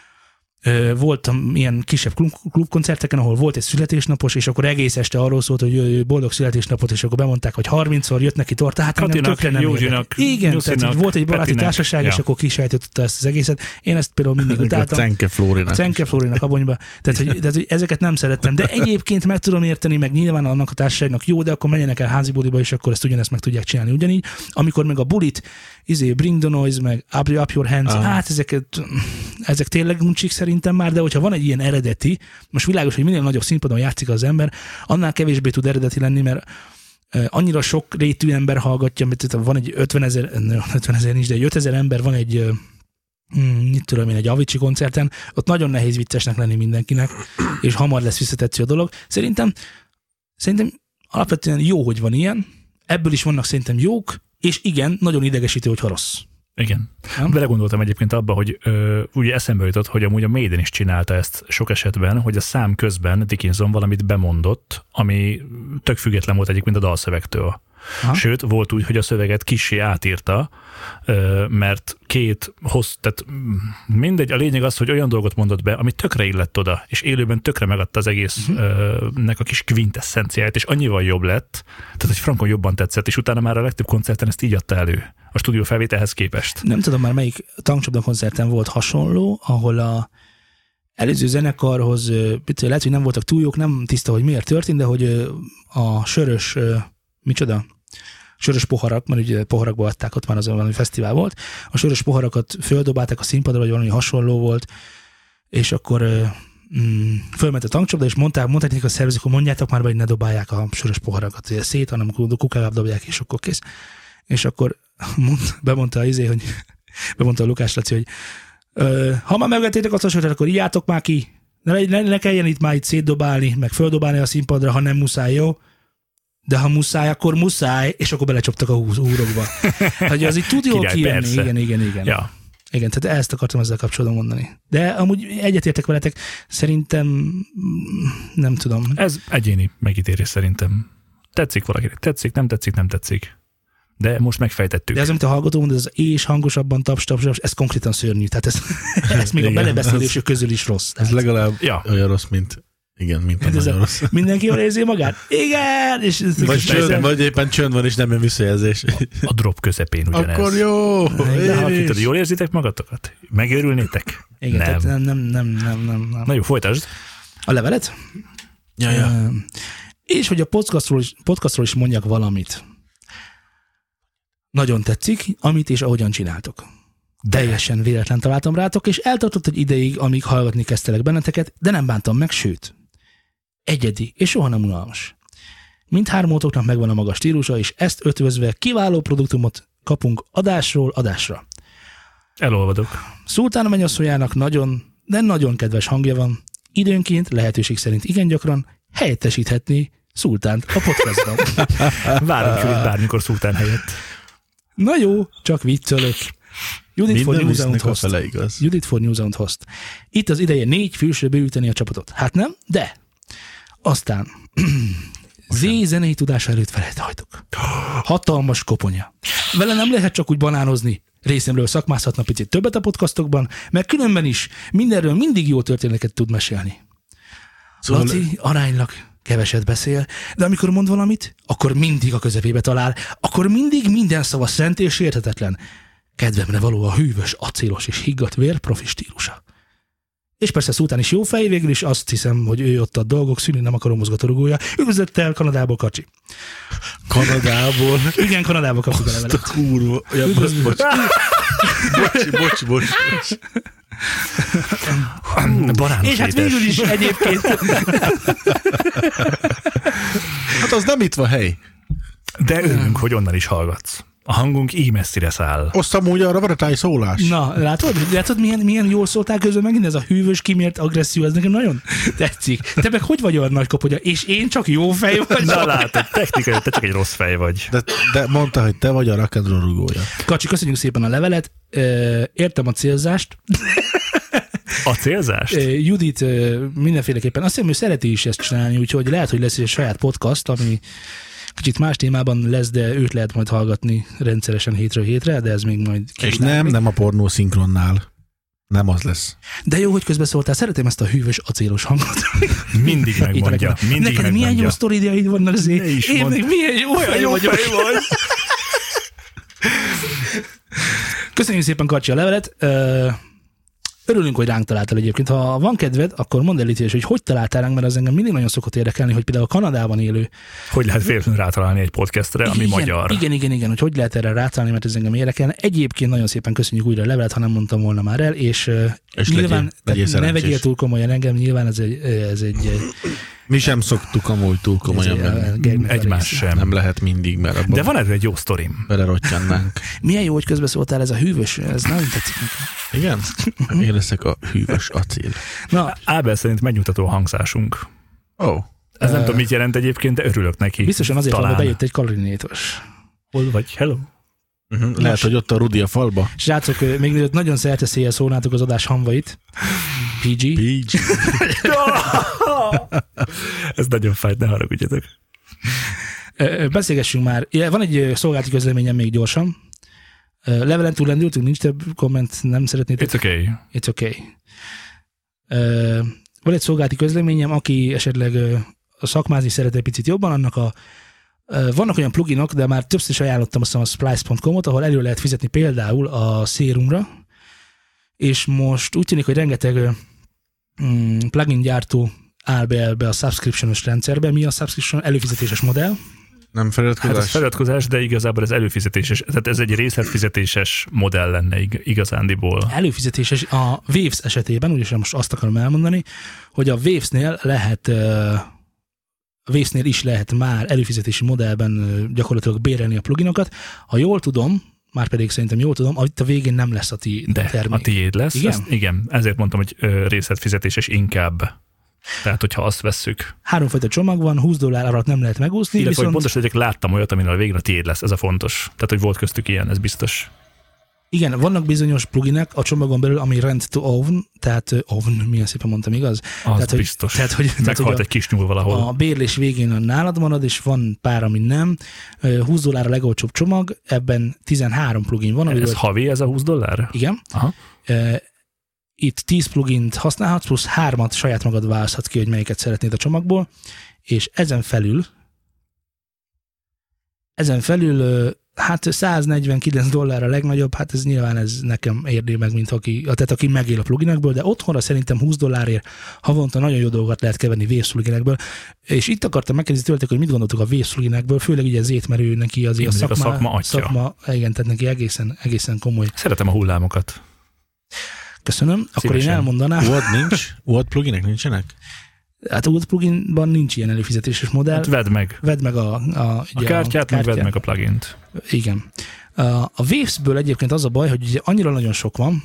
voltam ilyen kisebb klubkoncerteken, ahol volt egy születésnapos, és akkor egész este arról szólt, hogy boldog születésnapot, és akkor bemondták, hogy 30-szor jött neki torta, hát engem tökre nem érdekel. Igen, Nyuszinak, tehát volt egy baráti társaság, ja. És akkor kisejtette ezt az egészet. Én ezt például mindig utáltam. A Cenke Flórinak Abonyba. Tehát, hogy ezeket nem szerettem. De egyébként meg tudom érteni, meg nyilván annak a társaságnak jó, de akkor menjenek el házi buliba, és akkor ezt ugyanezt meg tudják csinálni ugyanígy. Amikor meg a bulit, bring the noise, meg up your hands, hát ezek tényleg uncsik szerintem már, de hogyha van egy ilyen eredeti, most világos, hogy minél nagyobb színpadon játszik az ember, annál kevésbé tud eredeti lenni, mert annyira sok rétű ember hallgatja, mert van egy 50 000 nincs, de egy 5000 ember van egy egy Avicii koncerten, ott nagyon nehéz viccesnek lenni mindenkinek, és hamar lesz visszatetsző a dolog. Szerintem alapvetően jó, hogy van ilyen, ebből is vannak szerintem jók, és igen, nagyon idegesítő, hogyha rossz.
Igen. Belegondoltam egyébként abba, hogy ugye eszembe jutott, hogy amúgy a Maiden is csinálta ezt sok esetben, hogy a szám közben Dickinson valamit bemondott, ami tök független volt egyébként a dalszövegtől. Aha. Sőt, volt úgy, hogy a szöveget kissé átírta, mert tehát mindegy, a lényeg az, hogy olyan dolgot mondott be, ami tökre illett oda, és élőben tökre megadta az egésznek a kis quintesszenciáját, és annyival jobb lett, tehát hogy frankon jobban tetszett, és utána már a legtöbb koncerten ezt így adta elő, a stúdió felvételhez képest.
Nem tudom már melyik Tankcsapda koncerten volt hasonló, ahol a előző zenekarhoz, lehet, hogy nem voltak túl jók, nem tiszta, hogy miért történt, de hogy a sörös, sörös poharak, mert ugye poharakba adták, ott már az valami fesztivál volt, a sörös poharakat földobálták a színpadra, vagy valami hasonló volt, és akkor fölment a Tankcsapda, és mondták nekik a szervezők, hogy mondjátok már be, hogy ne dobálják a sörös poharakat szét, hanem kukába dobják, és akkor kész. És akkor bemondta a Lukács Laci, hogy ha már megvettétek azt a sört, akkor ijjátok már ki, ne kelljen itt már itt szétdobálni, meg földobálni a színpadra, ha nem muszáj, jó? De ha muszáj, akkor muszáj, és akkor belecsaptak a húrokba. Hogy az így tud jól kijönni. Igen.
Ja.
Igen, tehát ezt akartam ezzel kapcsolatban mondani. De amúgy egyetértek veletek, szerintem nem tudom.
Ez egyéni megítélés szerintem. Tetszik valakinek, tetszik, nem tetszik. De most megfejtettük.
De ez, amit a hallgató mond, ez és hangosabban taps, ez konkrétan szörnyű. Tehát ez még a belebeszélésük közül is rossz.
Ez legalább olyan rossz, mint a nagyon rossz.
Mindenki jól érzi magát? Igen! És
vagy éppen csönd van, és nem jön visszajelzés.
A drop közepén ugyanez.
Akkor jó!
Jól érzitek magatokat? Megőrülnétek?
Igen, nem.
Na jó, folytasd.
A levelet?
Ja.
És hogy a podcastról is mondjak valamit. Nagyon tetszik, amit és ahogyan csináltok. Teljesen véletlen találtam rátok, és eltartott egy ideig, amíg hallgatni kezdtelek benneteket, de nem bántam meg, sőt. Egyedi, és soha nem unalmas. Mindhármótoknak megvan a maga stílusa, és ezt ötvözve kiváló produktumot kapunk adásról adásra.
Elolvadok.
Szultán mennyasszonyának nagyon kedves hangja van, időnként, lehetőség szerint igen gyakran helyettesíthetné Szultánt a podcastban.
Várunk őt bármikor Szultán helyett.
Na jó, csak viccelök. Judit for News and Host. Itt az ideje 4 fősre bővíteni a csapatot. Hát nem, de aztán zenei tudása előtt felejthajtok. Hatalmas koponya. Vele nem lehet csak úgy banánozni. Részemről szakmázhatna picit többet a podcastokban, mert különben is mindenről mindig jó történeteket tud mesélni. Szóval Laci aránylag keveset beszél, de amikor mond valamit, akkor mindig a közepébe talál, akkor mindig minden szava szent és érthetetlen. Kedvemre való a hűvös, acélos és higgadt vér profi stílusa. És persze Szultán is jó fej, végül is azt hiszem, hogy ő ott a dolgok szűnni nem akaró mozgatórugója. Üdvözlettel Kanadából, Kacsi.
Kanadából?
Igen, Kanadából kaptuk a levelet.
Azt a kurva. Ja, bocs.
És hát végül is egyébként.
Hát az nem itt van hely.
De örülünk, hogy onnan is hallgatsz. A hangunk így messzire száll.
Azt amúgy arra van a tájszólás.
Na, látod milyen jól szóltál közben megint ez a hűvös, kimért agresszió, ez nekem nagyon tetszik. Te meg hogy vagy olyan nagy koponya, és én csak jó fej vagy?
Na látod, technikai, te csak egy rossz fej vagy.
De mondta, hogy te vagy a rock and roll rugója.
Kacsi, köszönjük szépen a levelet. Értem a célzást.
A célzást?
Judit mindenféleképpen. Azt hiszem, ő szereti is ezt csinálni, úgyhogy lehet, hogy lesz egy saját podcast, ami kicsit más témában lesz, de őt lehet majd hallgatni rendszeresen hétről hétre, de ez még majd...
És nem a pornó szinkronnál. Nem az lesz.
De jó, hogy közbeszóltál. Szeretem ezt a hűvös, acélos hangot.
Mindig megmondja.
Neked milyen jó sztoriaid vannak azért. Én még olyan jó fej vagy. Köszönjük szépen, Kacsi, a levelet. Örülünk, hogy ránk találtál egyébként. Ha van kedved, akkor mondd el itt, hogy találtál ránk, mert az engem mindig nagyon szokott érdekelni, hogy például Kanadában élő.
Hogy lehet véletlenül rátalálni egy podcastre, ami magyar.
Igen, hogy lehet erre rátalálni, mert ez engem érdekelne. Egyébként nagyon szépen köszönjük újra a levelet, ha nem mondtam volna már el, és nyilván ne vegyél túl komolyan engem, nyilván ez egy
mi sem szoktuk amúgy túl komolyan.
Egymás sem.
Nem lehet mindig, mert abban...
De van erről egy jó sztorim.
Belerottyannánk.
Milyen jó, hogy közbeszóltál, ez a hűvös, ez nagyon tetszik nekem.
Igen? Én leszek a hűvös acél.
Na, Ábel szerint megnyugtató a hangzásunk. Ez nem tudom, mit jelent egyébként, de örülök neki.
Biztosan azért van, hogy bejött egy kalorinétos.
Hol vagy? Hello?
Lehet, hogy ott a Rudi a falba.
Srácok, még mielőtt nagyon szerteszélyel szólnátok az adás hamvait. PG.
Ez nagyon fájt, ne haragudjatok.
Beszélgessünk már. Van egy szolgálati közleményem még gyorsan. Levelen túlendültünk, nincs több komment, nem szeretnétek?
It's okay.
It's okay. Van egy szolgálati közleményem, aki esetleg szakmázni szeret egy picit jobban, vannak olyan pluginok, de már többször is ajánlottam a splice.com-ot, ahol elő lehet fizetni például a Serumra, és most úgy tűnik, hogy rengeteg plugin gyártó áll be ebbe a subscription-ös rendszerbe. Mi a subscription? Előfizetéses modell.
Nem feliratkozás?
Hát ez feliratkozás, de igazából ez előfizetéses, tehát ez egy részletfizetéses modell lenne igazándiból.
Előfizetéses a Waves esetében, úgyis most azt akarom elmondani, hogy a Wavesnél is lehet már előfizetési modellben gyakorlatilag bérelni a pluginokat. Ha jól tudom, már pedig szerintem jól tudom, itt a végén nem lesz a termék.
De a tiéd lesz.
Igen?
Igen, ezért mondtam, hogy részletfizetéses inkább. Tehát, hogyha azt vesszük.
3 fajta csomag van, $20 alatt nem lehet megúszni.
Illetve, hogy pontos legyek, láttam olyat, aminél a végén a tiéd lesz, ez a fontos. Tehát, hogy volt köztük ilyen, ez biztos.
Igen, vannak bizonyos pluginek a csomagon belül, ami rent to own, tehát own, milyen szépen mondtam, igaz?
Az
tehát,
biztos.
Hogy
meghalt egy kis nyúl valahol.
A bérlés végén nálad marad, és van pár, ami nem. $20 a legolcsóbb csomag, ebben 13 plugin van.
Ez havi, ez a $20?
Igen.
Aha.
Itt 10 plugint használhatsz, plusz 3-at saját magad választhatsz ki, hogy melyiket szeretnéd a csomagból, és ezen felül hát $149 a legnagyobb, hát ez nyilván ez nekem érné meg, mint aki megél a pluginekből, de otthonra szerintem $20 havonta nagyon jó dolgokat lehet keverni Waves pluginekből, és itt akartam megkérdezni tőletek, hogy mit gondoltok a Waves pluginekből, főleg ugye Zét, mert ő neki azért a szakma, igen, tehát neki egészen komoly.
Szeretem a hullámokat.
Köszönöm. Akkor én elmondanám.
UAD pluginek nincsenek?
Hát a UAD pluginban nincs ilyen előfizetéses modell. Hát
vedd meg.
Vedd meg a
kártyát, meg vedd meg a plugint.
Igen. A Wavesből egyébként az a baj, hogy ugye annyira nagyon sok van,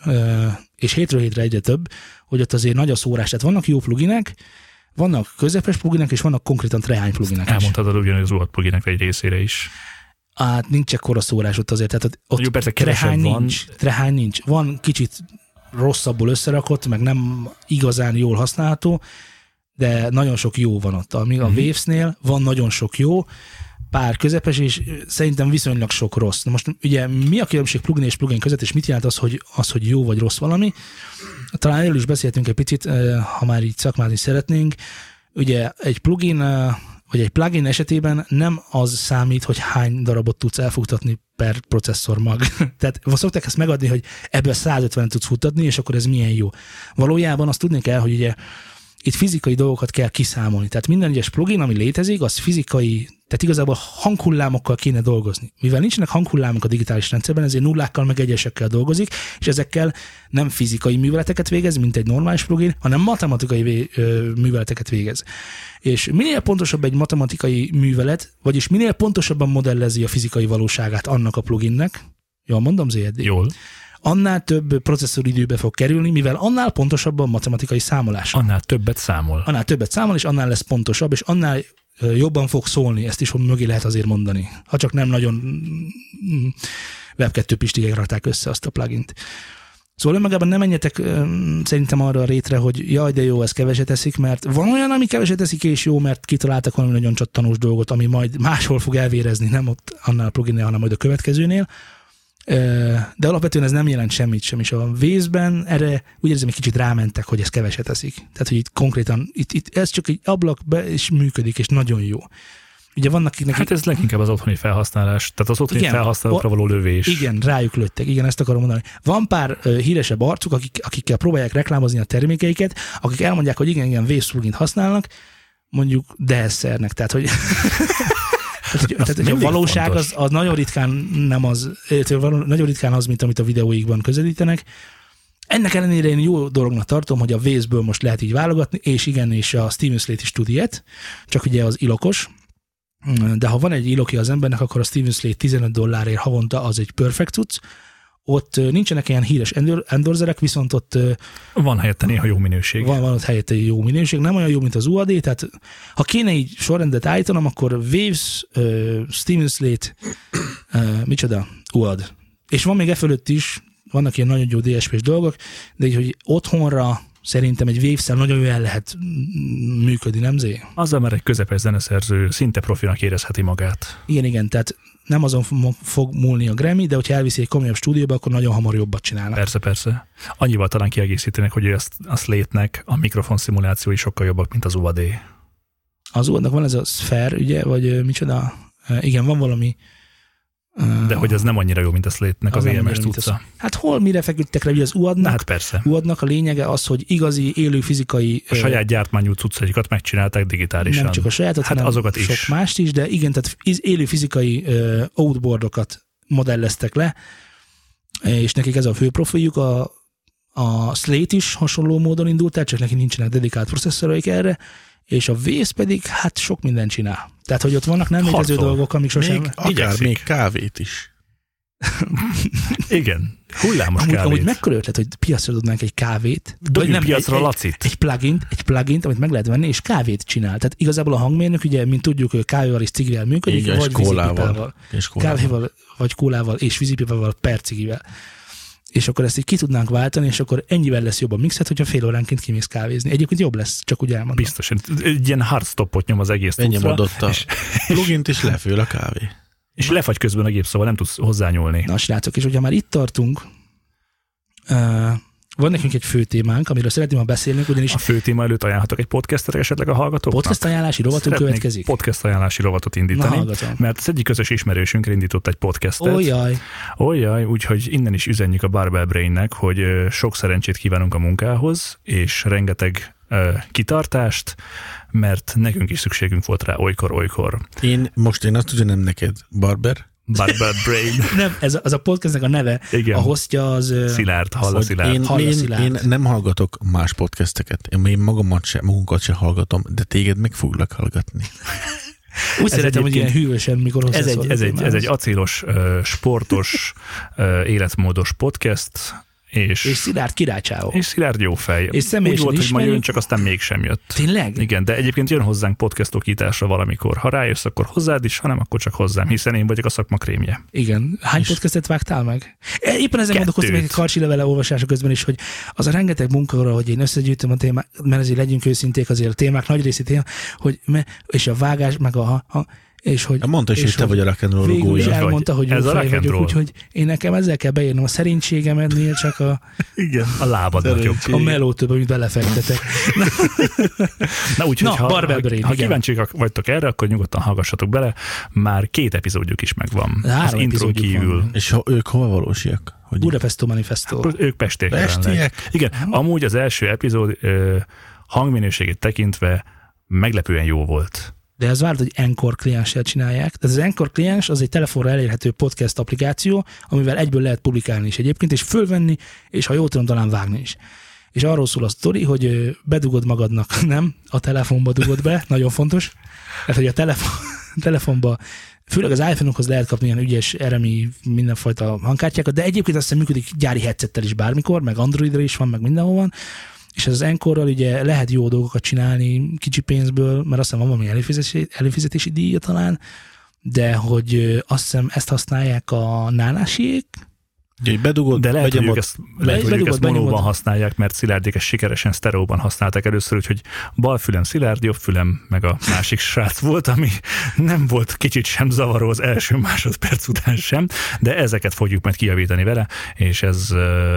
és hétről hétre egyre több, hogy ott azért nagy a szórás. Tehát vannak jó pluginek, vannak közepes pluginek, és vannak konkrétan trehány pluginek is.
Elmondhatod ugyanúgy az UAD pluginek egy részére is.
Hát nincs ekkora szórás ott azért. Tehát ott
jó, persze
trehány nincs. Van kicsit rosszabbul összerakott, meg nem igazán jól használható, de nagyon sok jó van ott. Amíg a Wavesnél van nagyon sok jó, pár közepes, és szerintem viszonylag sok rossz. Na most ugye mi a különbség plugin és plugin között, és mit jelent az, hogy jó vagy rossz valami? Talán erről is beszéltünk egy picit, ha már így szakmázni szeretnénk. Ugye egy plugin, vagy egy plugin esetében nem az számít, hogy hány darabot tudsz elfuttatni per processzor mag. Tehát szokták ezt megadni, hogy ebből 150 tudsz futtatni, és akkor ez milyen jó. Valójában azt tudni kell, hogy ugye itt fizikai dolgokat kell kiszámolni. Tehát minden egyes plugin, ami létezik, az fizikai, tehát igazából hanghullámokkal kéne dolgozni. Mivel nincsenek hanghullámok a digitális rendszerben, ezért nullákkal meg egyesekkel dolgozik, és ezekkel nem fizikai műveleteket végez, mint egy normális plugin, hanem matematikai műveleteket végez. És minél pontosabb egy matematikai művelet, vagyis minél pontosabban modellezi a fizikai valóságát annak a pluginnek, jól mondom, ZD?
Jól.
Annál több processzoridőbe fog kerülni, mivel annál pontosabban matematikai számolás.
Annál többet számol,
és annál lesz pontosabb, és annál jobban fog szólni, ezt is mögé lehet azért mondani. Ha csak nem nagyon Web2 pistigek rakták össze azt a plugint. Szóval önmagában nem menjetek szerintem arra a rétre, hogy jaj, de jó, ez keveset eszik, mert van olyan, ami keveset eszik, és jó, mert kitaláltak valami nagyon csattanós dolgot, ami majd máshol fog elvérezni, nem ott annál a pluginnél, hanem majd a következőnél. De alapvetően ez nem jelent semmit sem, és a Waves-ben erre úgy érzem, egy kicsit rámentek, hogy ez keveset eszik. Tehát, hogy itt konkrétan, itt ez csak egy ablak be, és működik, és nagyon jó. Ugye vannak
Hát ez leginkább az otthoni felhasználás, tehát az otthoni felhasználókra való lövés.
Igen, rájuk lőttek, igen, ezt akarom mondani. Van pár híresebb arcuk, akikkel próbálják reklámozni a termékeiket, akik elmondják, hogy igen, Waves plugint használnak, mondjuk DSR-nek, tehát, hogy... Tehát a valóság az nagyon ritkán nem az, nagyon ritkán az, mint amit a videóikban közelítenek. Ennek ellenére én jó dolognak tartom, hogy a Waves-ből most lehet így válogatni, és igen, és a Steven Slate is tud ilyet, csak ugye az ilokos. De ha van egy ilokja az embernek, akkor a Steven Slate $15 havonta az egy perfect cucc. Ott nincsenek ilyen híres endorserek, viszont ott...
Van helyette néha jó minőség.
Van ott helyette jó minőség, nem olyan jó, mint az UAD, tehát ha kéne így sorrendet állítanom, akkor Waves, Steven Slate, UAD. És van még e fölött is, vannak ilyen nagyon jó DSP-s dolgok, de így, hogy otthonra Szerintem egy Waves-szel nagyon jól el lehet működni, nem Zé?
Azzal már egy közepes zeneszerző szinte profinak érezheti magát.
Igen, tehát nem azon fog múlni a Grammy, de hogyha elviszi egy komolyabb stúdióba, akkor nagyon hamar jobbat csinálnak.
Persze. Annyival talán kiegészítenek, hogy a Slate-nek a mikrofon szimulációi sokkal jobbak, mint az UAD.
Az UAD-nak van ez a Sphere, ugye, vagy micsoda? Igen, van valami.
De hogy az nem annyira jó, mint a Slate-nek az EMS cucca.
Hát hol mire feküdtek rá, ugye az UAD-nak?
Hát persze.
UAD-nak a lényege az, hogy igazi, élő fizikai...
A saját gyártmányú cuccaikat megcsinálták digitálisan.
Nem csak a sajátot,
hát
hanem
azokat
sok
is.
mást is, de igen, tehát élő fizikai outboardokat modelleztek le, és nekik ez a fő profiljuk. A Slate is hasonló módon indult el, csak neki nincsenek dedikált processzoraik erre, és a Waves pedig hát sok mindent csinál. Tehát, hogy ott vannak nem létező dolgok, amik sosem...
Még kávét is.
Igen, hullámos kávét.
Amúgy mekkora ötlet, hogy piacra tudnánk egy kávét, vagy nem,
piacra Lacit.
Egy plugint, amit meg lehet venni, és kávét csinál. Tehát igazából a hangmérnök, ugye, mint tudjuk, hogy kávéval és cigivel működik,
igen,
vagy vízipipával. Kávéval, vagy kólával és vízipipával per cigivel. És akkor ezt így ki tudnánk váltani, és akkor ennyivel lesz jobb a mixet, hogyha fél óránként kimész kávézni. Egyébként jobb lesz, csak úgy elmondom.
Biztosan. Egy ilyen hardstopot nyom az egész
cuccra. Ennyomodott a plugint, és lefől a kávé.
És lefagy közben a gép, szóval nem tudsz hozzányúlni.
Na, srácok, és hogyha már itt tartunk, van nekünk egy fő témánk, amiről szeretném, ha beszélnünk, ugyanis...
A fő téma előtt ajánlhatok egy podcastet esetleg a hallgatóknak?
Podcast ajánlási rovatunk következik.
Podcast ajánlási rovatot indítani, mert az egyik közös ismerősünkre indított egy podcastet. Ójjaj, úgyhogy innen is üzenjük a Barbell Brainnek, hogy sok szerencsét kívánunk a munkához, és rengeteg kitartást, mert nekünk is szükségünk volt rá olykor. Én
azt üzenem neked, Barbell
Brain.
Nem, ez a podcastnek a neve.
Igen.
A hostja az...
Szilárd, Halla Szilárd.
Én nem hallgatok más podcasteket. Én magunkat se hallgatom, de téged meg foglak hallgatni.
Úgy szeretem, hogy ilyen hűvösen, mikor hozzászól.
Ez egy acélos, sportos, életmódos podcast, és
Szilárd királycsáó.
És Szilárd jó fej.
És úgy
volt, hogy majd jön, csak aztán mégsem jött.
Tényleg?
Igen, de egyébként jön hozzánk podcastokításra valamikor. Ha rájössz, akkor hozzád is, ha nem, akkor csak hozzám, hiszen én vagyok a szakma krémje.
Igen. Hány podcastet vágtál meg? Éppen ezen gondolkoztam egy karcsi levele olvasása közben is, hogy az a rengeteg munka, hogy én összegyűjtöm a témát, mert azért legyünk őszinték, azért a témák nagy részét ilyen, hogy és a vágás, meg és hogy...
Mondta is, hogy te vagy a rock'n'roll rugója.
Végül is elmondta, hogy jó fej vagyok, úgyhogy én nekem ezzel kell beírnom a szerénységemednél, csak
igen, a lábad nagyobb.
A melótöbb, amit belefektetek.
Na úgyhogy ha kíváncsiak vagytok erre, akkor nyugodtan hallgassatok bele. Már 2 epizódjuk is megvan.
3
az intron kívül.
Van. És ők hova valósiak?
Budapest Manifesto.
Ők pestiek. Igen, amúgy az első epizód hangminőségét tekintve meglepően jó volt.
De ez várt, hogy Anchor klienssel csinálják. Tehát az Anchor kliens az egy telefonra elérhető podcast applikáció, amivel egyből lehet publikálni is egyébként, és fölvenni, és ha jól tudom, talán vágni is. És arról szól a sztori, hogy bedugod magadnak, nem? A telefonba dugod be, nagyon fontos. Tehát, hogy a telefonba, főleg az iPhone-okhoz lehet kapni ilyen ügyes RMI mindenfajta hangkártyákat, de egyébként azt hiszem működik gyári headsettel is bármikor, meg Androidra is van, meg mindenhol van. És az Anchorral ugye lehet jó dolgokat csinálni kicsi pénzből, mert azt hiszem van valami előfizetési díja talán, de hogy azt hiszem ezt használják a nánásiék.
Bedugod,
de lehet, hogy ők ezt monóban használják, mert Szilárdék ezt sikeresen sztereóban használták először, úgyhogy bal fülem Szilárd, jobb fülem meg a másik srác volt, ami nem volt kicsit sem zavaró az első másodperc után sem, de ezeket fogjuk majd kijavítani vele, és ez...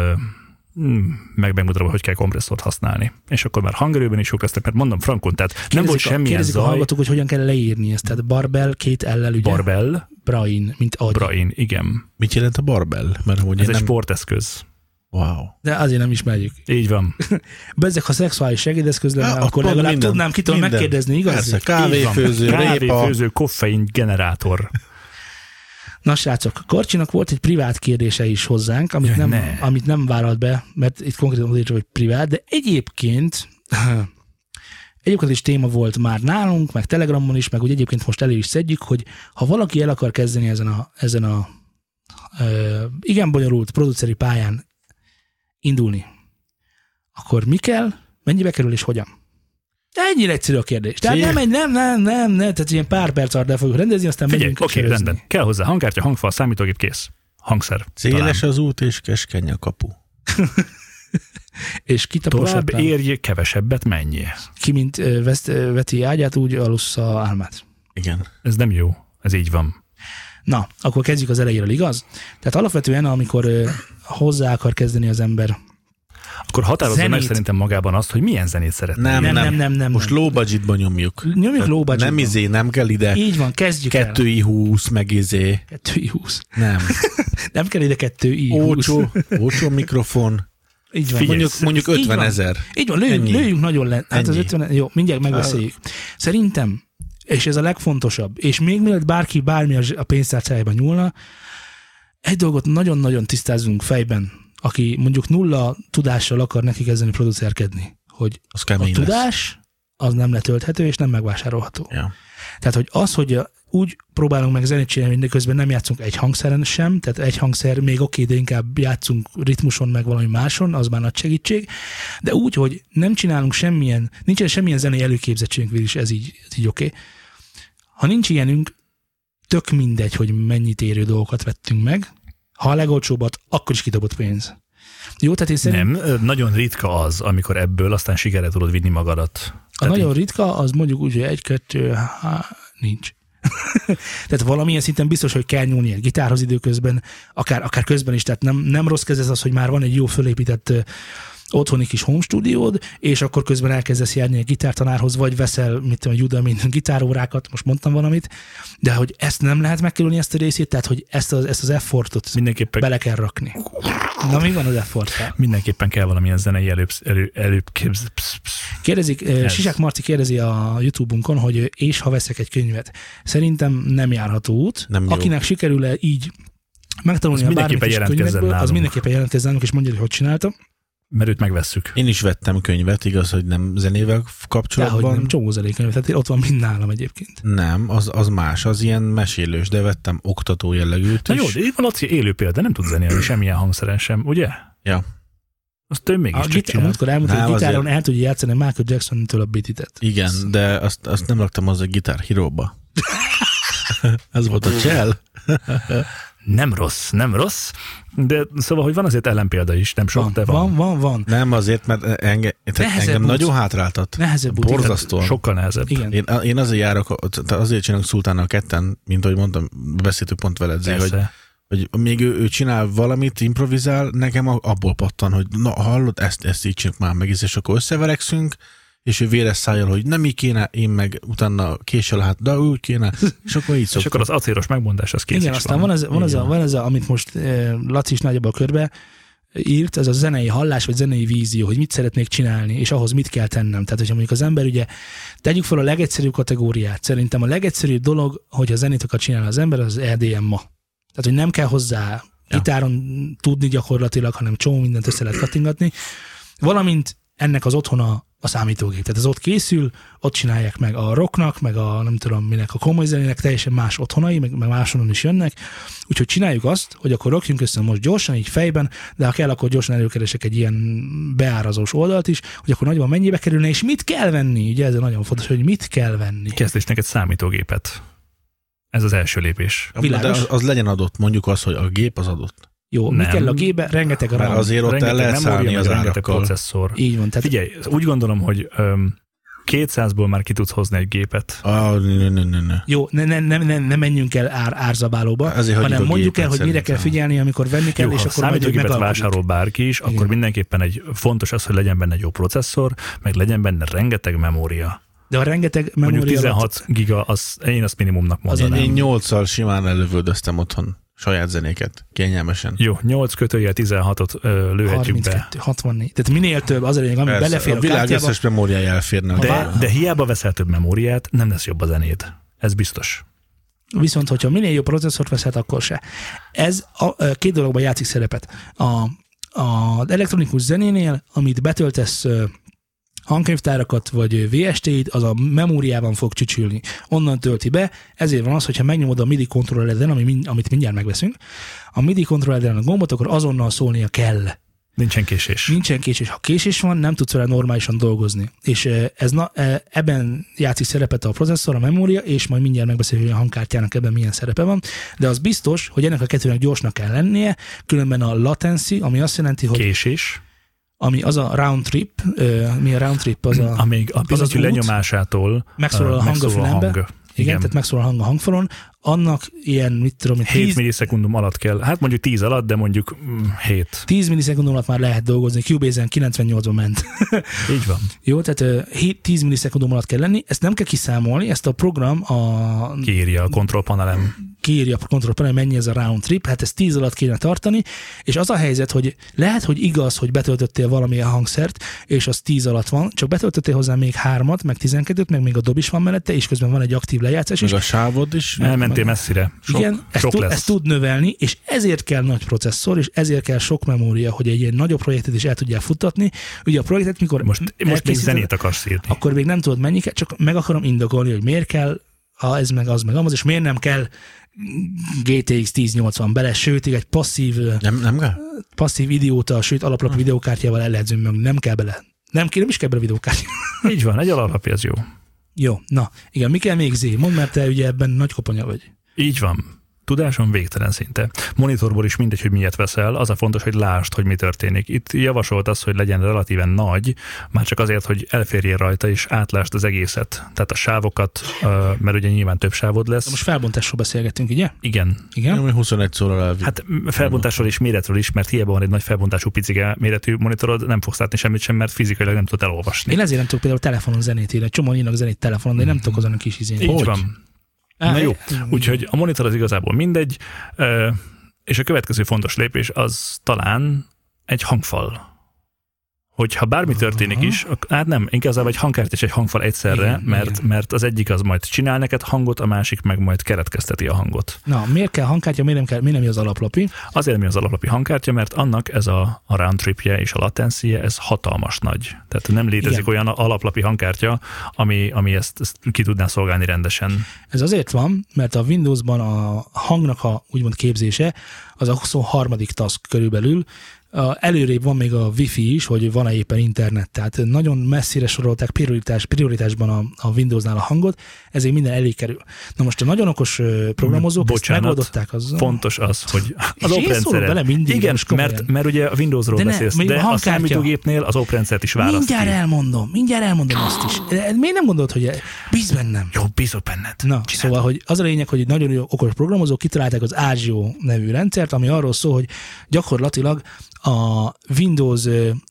megmutatva, hogy kell kompresszort használni. És akkor már hangerőben is jók lesznek, mert mondom frankon, tehát nem volt semmilyen zaj.
Kérdezik a hallgatók, hogy hogyan kell leírni ezt. Tehát Barbell 2 L-lel, ugye?
Barbell.
Brain, mint agy.
Brain, igen.
Mit jelent a barbell? Mert hogy
ez egy sporteszköz.
Wow.
De azért nem ismerjük.
Így van.
Bezzek, ha szexuális segédeszköz lenne, akkor legalább tudnám kitől megkérdezni, igaz?
Persze, kávéfőző,
koffein generátor.
Na srácok, Karcsinak volt egy privát kérdése is hozzánk, amit nem vállalt be, mert itt konkrétan mondja, hogy privát, de egyébként is téma volt már nálunk, meg Telegramon is, meg úgy egyébként most elő is szedjük, hogy ha valaki el akar kezdeni ezen a igen bonyolult produceri pályán indulni, akkor mi kell, mennyibe kerül és hogyan? Ennyire egyszerű a kérdés. Tehát nem, tehát ilyen pár perc alatt el fogjuk rendezni, aztán megyünk
oké, rendben. Kell hozzá hangkártya, hangfal, számítógép, kész. Hangszer.
Széles az út és keskeny a kapu.
és kitaposatnál.
Tovább érj, kevesebbet mennyi.
Ki, mint veti ágyát, úgy alussza álmát.
Igen.
Ez nem jó, ez így van.
Na, akkor kezdjük az elejéről, igaz? Tehát alapvetően, amikor hozzá akar kezdeni az ember.
Akkor határozza meg szerintem magában azt, hogy milyen zenét szeretne.
Nem.
Most low budgetban nyomjuk.
Nyomjuk low budgetban.
Nem kell ide.
Így van, kezdjük
2i20 meg
2i20.
Nem.
Nem kell ide 2i20.
Olcsó mikrofon.
Így van.
Mondjuk 50 000.
Így van, lőjünk nagyon le. Hát az 50, jó, mindjárt megbeszéljük. Szerintem, és ez a legfontosabb, és még mielőtt bárki bármi a pénztárcájában nyúlna, egy dolgot nagyon-nagyon tisztázzunk fejben, aki mondjuk nulla tudással akar neki kezdeni producerkedni, hogy a tudás az nem letölthető és nem megvásárolható.
Ja.
Tehát, hogy az, hogy úgy próbálunk meg zenét csinálni, mindeközben nem játszunk egy hangszeren sem, tehát egy hangszer még oké, de inkább játszunk ritmuson, meg valami máson, az már nagy segítség, de úgy, hogy nem csinálunk nincsen semmilyen zenei előképzettségünk, is ez így oké. Ha nincs ilyenünk, tök mindegy, hogy mennyit érő dolgokat vettünk meg, ha a legolcsóbbat, akkor is kidobott pénz. Jó, tehát én
Nem, nagyon ritka az, amikor ebből aztán sikerre tudod vinni magadat.
Nagyon ritka, az mondjuk úgy, hogy 1-2, nincs. Tehát valamilyen szinten biztos, hogy kell nyúlni egy gitárhoz időközben, akár közben is, tehát nem rossz kezdesz az, hogy már van egy jó fölépített otthoni kis home stúdiód, és akkor közben elkezdesz járni egy gitártanárhoz, vagy veszel, mit tudom, Udemy gitárórákat, most mondtam valamit, de hogy ezt nem lehet megkerülni, ezt a részét, tehát hogy ezt az effortot mindenképpen bele kell rakni. Na, mi van az efforttal?
Mindenképpen kell valamilyen zenei
Kérdezik, Sisák Marci kérdezi a YouTube-unkon, hogy és ha veszek egy könyvet. Szerintem nem járható út. Nem akinek sikerül így megtanulni a bármit is könyvekből, az mindenképpen jelentkezzen nálunk, és mondja, hogy csinálta.
Mert őt megvesszük.
Én is vettem könyvet, igaz, hogy nem zenével kapcsolatban.
Dehogy nem, csomó zenékönyv, tehát ott van mind nálam egyébként.
Nem, az más, az ilyen mesélős, de vettem oktató jellegűt.
Na jó, de itt van Laci élő példa, nem tud zenélni semmilyen hangszeren sem, ugye?
Ja.
Azt ő mégis csak csinál.
Amikor elmondta, hogy gitáron el tudja játszani Michael Jackson-től a Beat-it.
Igen, de azt nem raktam az a Guitar Hero-ba. Ez volt a csel.
Nem rossz, de szóval, hogy van azért ellenpélda is, nem sok, de van.
Van.
Nem azért, mert engem nagyon hátráltat.
Nehezebb
borzasztóan.
Sokkal nehezebb.
Igen.
Én azért járok, azért csinálok Szultánnal ketten, mint ahogy mondtam, beszéltük pont veled, hogy még ő csinál valamit, improvizál, nekem abból pattan, hogy na hallod, ezt így csináljuk már meg, és akkor összeverekszünk, és ő véres szájjal, hogy nem így kéne, én meg utána késsel hát, de úgy kéne, és akkor így szoktam.
És akkor az acélos megmondás, az kész.
Igen, aztán van ez, amit most Laci is nagyobb a körbe írt, ez a zenei hallás, vagy zenei vízió, hogy mit szeretnék csinálni, és ahhoz mit kell tennem. Tehát, hogyha mondjuk az ember ugye, tegyük fel a legegyszerűbb kategóriát. Szerintem a legegyszerűbb dolog, hogy a zenét akar csinálni az ember, az EDM ma. Tehát, hogy nem kell hozzá gitáron tudni gyakorlatilag, hanem csomó mindent össze lehet kattingatni. Valamint ennek az otthona a számítógép. Tehát ez ott készül, ott csinálják meg a rocknak, meg a nem tudom minek, a komoly zenének teljesen más otthonai, meg máshonnan is jönnek. Úgyhogy csináljuk azt, hogy akkor rakjunk össze most gyorsan, így fejben, de ha kell, akkor gyorsan előkeresek egy ilyen beárazós oldalt is, hogy akkor nagyban mennyibe kerülne, és mit kell venni. Ugye ez nagyon fontos, hogy mit kell venni.
Kezdésnek egy számítógépet. Ez az első lépés.
De az legyen adott, mondjuk az, hogy a gép az adott.
Jó, mi kell a gépbe? Rengeteg a RAM.
Azért ott el lehet szállni az
rengeteg processzor.
Így van. Tehát...
Figyelj, úgy gondolom, hogy 200-ból már ki tudsz hozni egy gépet.
Jó, ne menjünk el árzabálóba, hanem mondjuk el, hogy mire kell figyelni, amikor venni kell,
jó,
és
akkor számítógépet vásárol bárki is, akkor mindenképpen fontos az, hogy legyen benne egy jó processzor, meg legyen benne rengeteg memória.
De a rengeteg memória...
Mondjuk 16 giga, én azt minimumnak mondanám.
Én 8-szal simán elővöldöztem otthon saját zenéket, kényelmesen.
Jó, 8/16-ot lőhetjük 32, be.
64. Tehát minél több az a lényeg, ami belefér a
világ összes memóriája elférne.
De hiába veszel több memóriát, nem lesz jobb a zenéd. Ez biztos.
Viszont, hogyha minél jobb processzort veszel, akkor se. Ez két dologban játszik szerepet. Az elektronikus zenénél, amit betöltesz hangkönyvtárakat vagy VST-t, az a memóriában fog csücsülni. Onnan tölti be, ezért van az, hogyha megnyomod a MIDI kontrollereden, amit mindjárt megveszünk, a MIDI kontrollereden a gombot, akkor azonnal szólnia kell.
Nincsen késés.
Ha késés van, nem tudsz vele normálisan dolgozni. És ebben játszik szerepet a processzor, a memória, és majd mindjárt megbeszéljük, hogy a hangkártyának ebben milyen szerepe van. De az biztos, hogy ennek a kettőnek gyorsnak kell lennie, különben a latency, ami azt jelenti, hogy
késés.
ami az a round trip, mi a round trip? Az
amíg a pillanatnyi lenyomásától
megszólal a hang a fülembe. Igen, tehát megszólal a hang a hangfalon, annak ilyen, mit tudom,
7 millisekundum alatt kell, hát mondjuk 10 alatt, de mondjuk 7.
10 millisekundum alatt már lehet dolgozni, Cubase-en 98-ban ment.
Így van.
Jó, tehát 10 millisekundum alatt kell lenni, ezt nem kell kiszámolni, ezt a program
kiírja a kontrollpanelem.
Kiírja a kontrollpanelem, mennyi ez a round trip, hát ezt 10 alatt kéne tartani, és az a helyzet, hogy lehet, hogy igaz, hogy betöltöttél valamilyen hangszert, és az 10 alatt van, csak betöltöttél hozzá még 3-at, meg 12-t, meg még a dob is van mellette, és közben van egy aktív lejátszás.
Meg a sávod is.
Elmentél messzire.
Igen, ezt tud növelni, és ezért kell nagy processzor, és ezért kell sok memória, hogy egy ilyen nagyobb projektet is el tudják futtatni. Ugye a projektet, mikor
most még zenét akarsz írni.
Akkor még nem tudod mennyi kell, csak meg akarom indokolni, hogy miért kell ez meg az, és miért nem kell GTX 1080 bele, sőt, egy passzív idióta, sőt, alaplapú videókártyával el lehet zömmögni, nem kell bele. Nem is kell bele videókártya.
Így van, egy alaplapja, ez jó.
Jó, na, igen, mi kell még Zé? Mondd, mert te ugye ebben nagy koponya vagy.
Így van. Tudásom végtelen szinte. Monitorból is mindegy, hogy miért veszel, az a fontos, hogy lásd, hogy mi történik. Itt javasolt az, hogy legyen relatíven nagy, már csak azért, hogy elférjél rajta, és átlásd az egészet. Tehát a sávokat, mert ugye nyilván több sávod lesz.
De most felbontásról beszélgetünk, ugye?
Igen.
Igen? 21 szóra elvitt.
Hát felbontásról és méretről is, mert hiába van egy nagy felbontású picike méretű monitorod, nem fogsz látni semmit sem, mert fizikailag nem tudod elolvasni.
Én ezért nem tudok például telefonon zenét írni. Csomóan írnak zenét telefonon, de én nem tudok azon a kis izén.
Így van. Na jó, úgyhogy a monitor az igazából mindegy, és a következő fontos lépés az talán egy hangfal. Hogyha bármi történik is, hát nem, inkább egy hangkártya és egy hangfal egyszerre, igen, mert az egyik az majd csinál neked hangot, a másik meg majd keretkezteti a hangot.
Na, miért kell hangkártya, miért nem az alaplapi?
Azért mi az alaplapi hangkártya, mert annak ez a round tripje és a latencie, ez hatalmas nagy. Tehát nem létezik igen. olyan alaplapi hangkártya, ami ezt ki tudná szolgálni rendesen.
Ez azért van, mert a Windowsban a hangnak a úgymond képzése az a 23. task körülbelül. Előrébb van még a Wi-Fi is, hogy van-e éppen internet, tehát nagyon messzire sorolták prioritásban a Windowsnál a hangot, ezért minden elé kerül. Na most a nagyon okos programozók ezt megoldották azzal.
Fontos az, hogy az oprendszeret. Igen, mert ugye a Windowsról beszélsz, de a számítógépnél az oprendszert is választ.
Mindjárt elmondom azt is. Miért nem gondolod, hogy bíz bennem?
Jó, bízok benned.
Na, szóval, hogy az a lényeg, hogy nagyon okos programozók kitalálták az Agio nevű rendszert, ami arról szól, hogy gyakorlatilag a Windows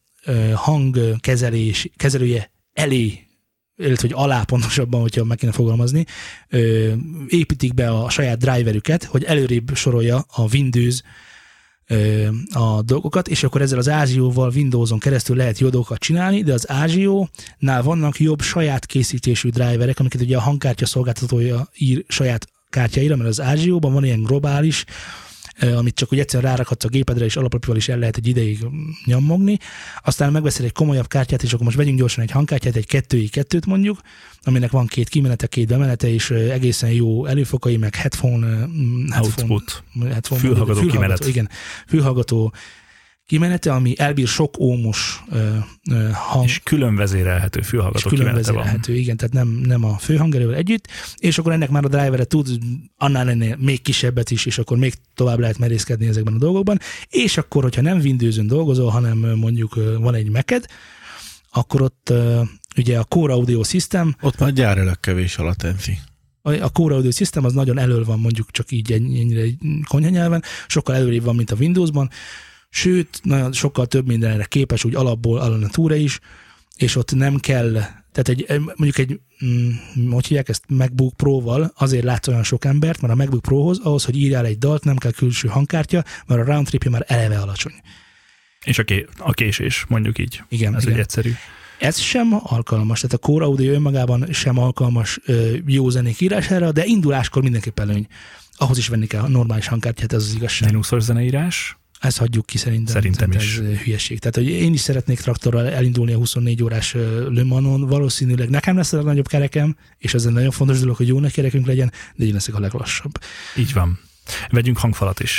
hangkezelője elé, illetve hogy alá pontosabban, hogyha meg kéne fogalmazni, építik be a saját driverüket, hogy előrébb sorolja a Windows a dolgokat, és akkor ezzel az Agio-val Windowson keresztül lehet jó dolgokat csinálni, de az Agio-nál vannak jobb saját készítésű driverek, amiket ugye a hangkártya szolgáltatója ír saját kártyáira, mert az Agio-ban van ilyen globális, amit csak úgy egyszerűen rárakhatsz a gépedre, és alaplapival is el lehet egy ideig nyammogni. Aztán megveszel egy komolyabb kártyát, és akkor most vegyünk gyorsan egy hangkártyát, egy 2i2-t mondjuk, aminek van 2 kimenete, 2 bemenete, és egészen jó előfokai, meg headphone
fülhallgató kimenet.
Igen, fülhallgató kimenete, ami elbír sok ómos hang.
És külön vezérelhető fülhallgató kimenete van.
Igen, tehát nem a főhangerővel együtt, és akkor ennek már a drivere tud annál ennél még kisebbet is, és akkor még tovább lehet merészkedni ezekben a dolgokban, és akkor, hogyha nem Windows-on dolgozol, hanem mondjuk van egy Mac-ed, akkor ott ugye a Core Audio System.
Ott már gyárilag kevés a latenci.
A Core Audio System az nagyon elől van, mondjuk csak így ennyire konyhanyelven, sokkal előrébb van, mint a Windowsban, sőt, nagyon sokkal több mindenre képes, úgy alapból a túra is, és ott nem kell, tehát mondjuk hogy hívják ezt, MacBook Pro-val azért látsz olyan sok embert, mert a MacBook Prohoz, ahhoz, hogy írjál egy dalt, nem kell külső hangkártya, mert a round tripje már eleve alacsony.
És a késés, mondjuk így.
Igen,
ez
igen.
egy egyszerű.
Ez sem alkalmas, tehát a Core Audio önmagában sem alkalmas jó zenék írására, de induláskor mindenképp előny. Ahhoz is venni kell a normális hangkártyát, ez az igazság.
Linuxos zeneírás?
Ezt hagyjuk ki szerintem is. Ez hülyeség. Tehát, hogy én is szeretnék traktorral elindulni a 24 órás Le Manon, valószínűleg nekem lesz a legnagyobb kerekem, és ez egy nagyon fontos dolog, hogy jó nagy kerekünk legyen, de én leszek a leglassabb.
Így van. Vegyünk hangfalat is.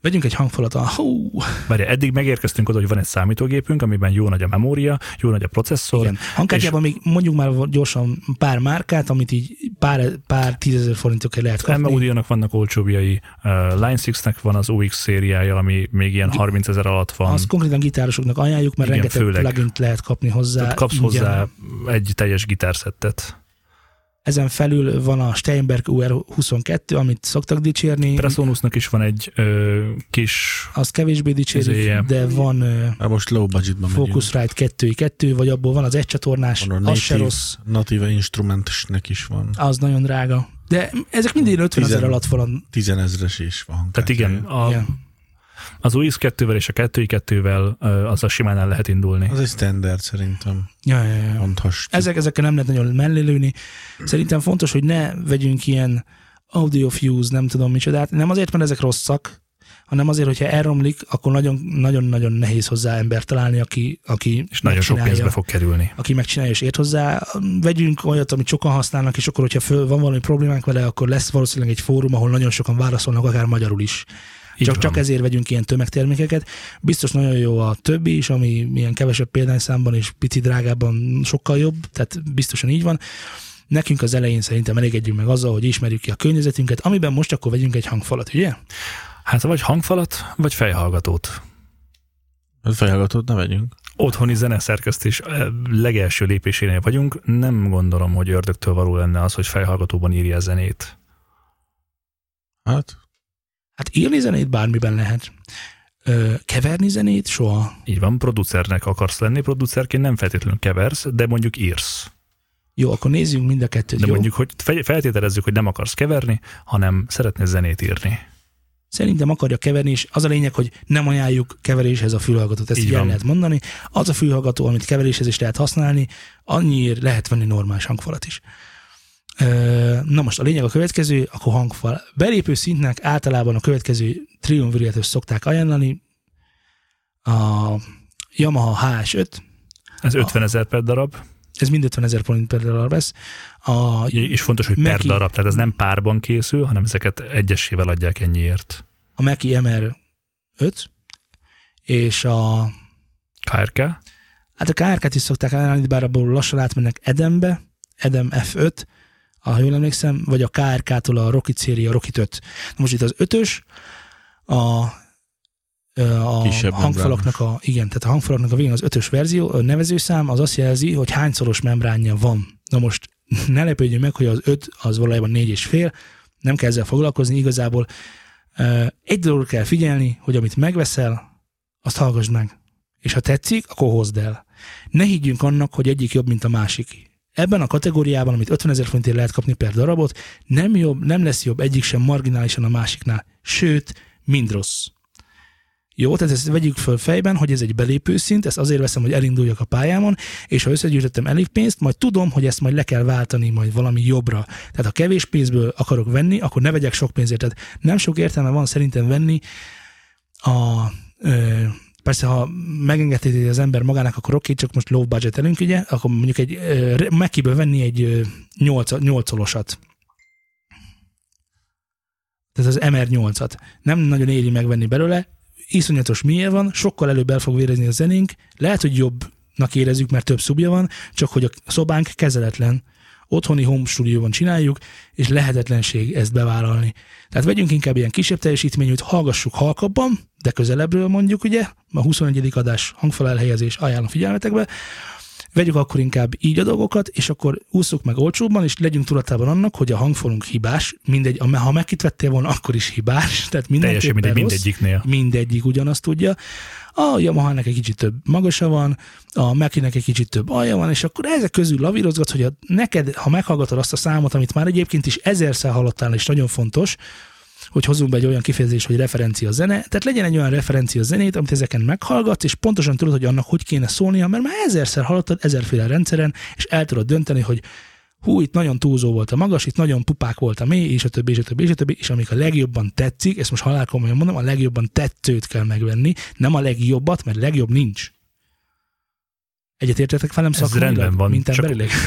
Vegyünk egy hangfalat.
Várja, eddig megérkeztünk oda, hogy van egy számítógépünk, amiben jó nagy a memória, jó nagy a processzor.
Igen. Hangkártyában még mondjuk már gyorsan pár márkát, amit így pár 10 000 forintokért lehet kapni.
Audio-nak vannak olcsóbbjai, Line 6-nek van az OX szériája, ami még ilyen 30 000 alatt van.
Azt konkrétan gitárosoknak ajánljuk, mert rengeteg plugint lehet kapni hozzá.
Tehát kapsz hozzá egy teljes gitárszettet.
Ezen felül van a Steinberg UR22, amit szoktak dicsérni.
Presonusnak is van egy kis...
Azt kevésbé dicsérik, de van
most low budgetban
Focusrite 2.2, vagy abból van az egy csatornás, az se rossz.
Native Instrumentsnek is van.
Az nagyon drága. De ezek mindig 50 000 alatt van.
10 000-es is van.
Tehát igen, az UX2-vel és a 2.2-vel azzal simán el lehet indulni.
Az egy standard szerintem.
Ja. Ezekkel nem lehet nagyon mellélőni. Szerintem fontos, hogy ne vegyünk ilyen audio fuse, nem tudom micsodát. Nem azért, mert ezek rosszak, hanem azért, hogyha elromlik, akkor nagyon-nagyon nehéz hozzá embert találni, aki
és nagyon sok pénzbe fog kerülni.
Aki megcsinálja és ért hozzá. Vegyünk olyat, amit sokan használnak, és akkor, hogyha van valami problémánk vele, akkor lesz valószínűleg egy fórum, ahol nagyon sokan válaszolnak, akár magyarul is. Csak ezért vegyünk ilyen tömegtermékeket. Biztos nagyon jó a többi is, ami ilyen kevesebb példányszámban és pici drágában sokkal jobb, tehát biztosan így van. Nekünk az elején szerintem elégedjünk meg azzal, hogy ismerjük ki a környezetünket, amiben most akkor vegyünk egy hangfalat, ugye?
Hát vagy hangfalat, vagy fejhallgatót.
Fejhallgatót ne vegyünk.
Otthoni zeneszerkesztés legelső lépésénél vagyunk. Nem gondolom, hogy ördögtől való lenne az, hogy fejhallgatóban írja a zenét.
Hát írni zenét bármiben lehet. Keverni zenét soha.
Így van, producernek akarsz lenni, producerként nem feltétlenül keversz, de mondjuk írsz.
Jó, akkor nézzünk mind a kettőt.
De mondjuk, hogy feltételezzük, hogy nem akarsz keverni, hanem szeretnél zenét írni.
Szerintem akarja keverni, és az a lényeg, hogy nem ajánljuk keveréshez a fülhallgatót. Ezt így el lehet mondani. Az a fülhallgató, amit keveréshez is lehet használni, annyiért lehet venni normális hangfalat is. Na most a lényeg a következő, akkor hangfal. Belépő szintnek általában a következő triumvirátot szokták ajánlani. A Yamaha HS5.
Ez 50 000 per darab.
Ez mind 50 000 forint per darab lesz.
És fontos, hogy per darab, tehát ez nem párban készül, hanem ezeket egyesével adják ennyiért.
A Mackie MR5 és a
KRK.
Hát a KRK-t is szokták ajánlani, bár abból lassan átmennek Edembe, Edem F5, ha jól emlékszem, vagy a KRK-tól a Rocket széria, Rocket 5. Most itt az 5-ös, a hangfalaknak tehát a hangfalaknak a végén az 5-ös verzió, a nevezőszám az azt jelzi, hogy hányszoros membránja van. Na most ne lepődjünk meg, hogy az 5 az valójában 4,5, nem kell ezzel foglalkozni, igazából egy dologra kell figyelni, hogy amit megveszel, azt hallgassd meg. És ha tetszik, akkor hozd el. Ne higgyünk annak, hogy egyik jobb, mint a másik. Ebben a kategóriában, amit 50 000 forintért lehet kapni per darabot, nem lesz jobb egyik sem marginálisan a másiknál. Sőt, mind rossz. Jó, tehát ezt vegyük föl fejben, hogy ez egy belépőszint, ezt azért veszem, hogy elinduljak a pályámon, és ha összegyűjtöttem elég pénzt, majd tudom, hogy ezt majd le kell váltani majd valami jobbra. Tehát ha kevés pénzből akarok venni, akkor ne vegyek sok pénzért. Tehát nem sok értelme van szerintem venni persze, ha megengedheti az ember magának, akkor oké, csak most low budgetelünk, ugye, akkor mondjuk egy Mackie-ből venni egy 8-olosat. Tehát az MR8-at. Nem nagyon éri megvenni belőle, iszonyatos milyen van, sokkal előbb el fog vérezni a zenénk, lehet, hogy jobbnak érezzük, mert több szubja van, csak hogy a szobánk kezeletlen. Otthoni home stúdióban csináljuk, és lehetetlenség ezt bevállalni. Tehát vegyünk inkább ilyen kisebb teljesítményűt, hallgassuk halkabban, de közelebbről mondjuk, ugye, a 21. adás hangfal elhelyezés, ajánlom figyelmetekbe, vegyük akkor inkább így a dolgokat, és akkor ússzuk meg olcsóbban, és legyünk tudatában annak, hogy a hangfalunk hibás, mindegy, ha megkit vettél volna, akkor is hibás, tehát
mindegyiknél.
Mindegyik ugyanazt tudja. A Yamaha-nek egy kicsit több magasa van, a Mackie-nek egy kicsit több alja van, és akkor ezek közül lavírozgatsz, hogy neked, ha meghallgatod azt a számot, amit már egyébként is 1000-szer hallottál, és nagyon fontos, hogy hozzunk be egy olyan kifejezés, hogy referencia zene, tehát legyen egy olyan referencia zenét, amit ezeken meghallgatsz, és pontosan tudod, hogy annak hogy kéne szólnia, mert már 1000-szer hallottad 1000-féle rendszeren, és el tudod dönteni, hogy hú, itt nagyon túlzó volt a magas, itt nagyon pupák volt a mély, és a többi, és amik a legjobban tetszik, ezt most halálkomolyan mondom, a legjobban tetszőt kell megvenni, nem a legjobbat, mert legjobb nincs. Egyetértetek velem szakmailag, mint emberileg?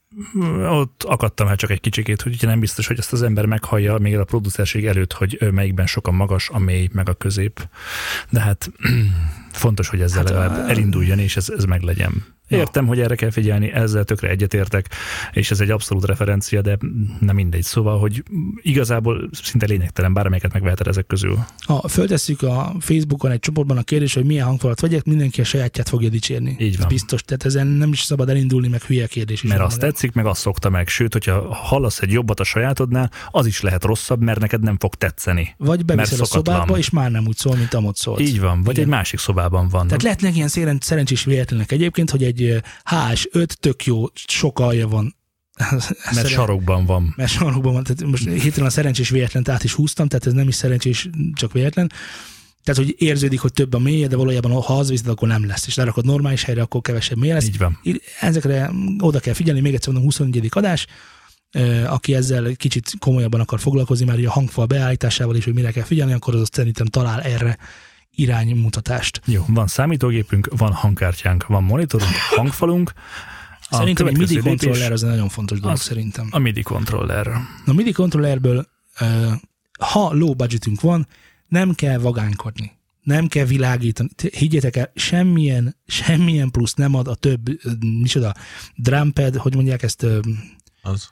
ott akadtam el csak egy kicsikét, hogy ugye nem biztos, hogy ezt az ember meghallja még a producerség előtt, hogy melyikben sokan magas, a mély, meg a közép. De hát fontos, hogy ezzel legalább elinduljon, és ez meglegyen. Értem, hogy erre kell figyelni, ezzel tökre egyetértek, és ez egy abszolút referencia, de nem mindegy. Szóval, hogy igazából szinte lényegtelen, bármelyiket megveheted ezek közül.
Ha föltesszük a Facebookon egy csoportban a kérdés, hogy milyen hangfalat vegyek, mindenki a sajátját fogja dicsérni.
Így van.
Ez biztos, tehát ezen nem is szabad elindulni, meg hülye kérdés is.
Mert azt tetszik, meg azt szokta meg. Sőt, hogyha hallasz egy jobbat a sajátodnál, az is lehet rosszabb, mert neked nem fog tetszeni.
Vagy beviszed a szobádba, és már nem úgy szól, mint amott szólt.
Így van, vagy igen. Egy másik szobában van.
Tehát lehetnek ilyen szerencsés véletlenek egyébként, hogy egy HS5 tök jó, sok alja van.
Mert sarokban van.
Mert sarokban van. Tehát most hirtelen a szerencsés véletlent át is húztam, tehát ez nem is szerencsés, csak véletlen. Tehát, hogy érződik, hogy több a mélye, de valójában ha hazaviszed, akkor nem lesz. És lerakod normális helyre, akkor kevesebb mély lesz.
Így van.
Ezekre oda kell figyelni, még egyszer mondom, 24. adás. Aki ezzel kicsit komolyabban akar foglalkozni, már a hangfal beállításával is, hogy mire kell figyelni, akkor az szerintem talál erre iránymutatást.
Jó, van számítógépünk, van hangkártyánk, van monitorunk, hangfalunk.
Szerintem egy MIDI kontroller az egy nagyon fontos dolog szerintem.
A MIDI kontroller.
A MIDI kontrollerből, ha low budgetünk van, nem kell vagánykodni. Nem kell világítani. Higgyétek el, semmilyen plusz nem ad a több, micsoda, drumpad, hogy mondják ezt?
Az.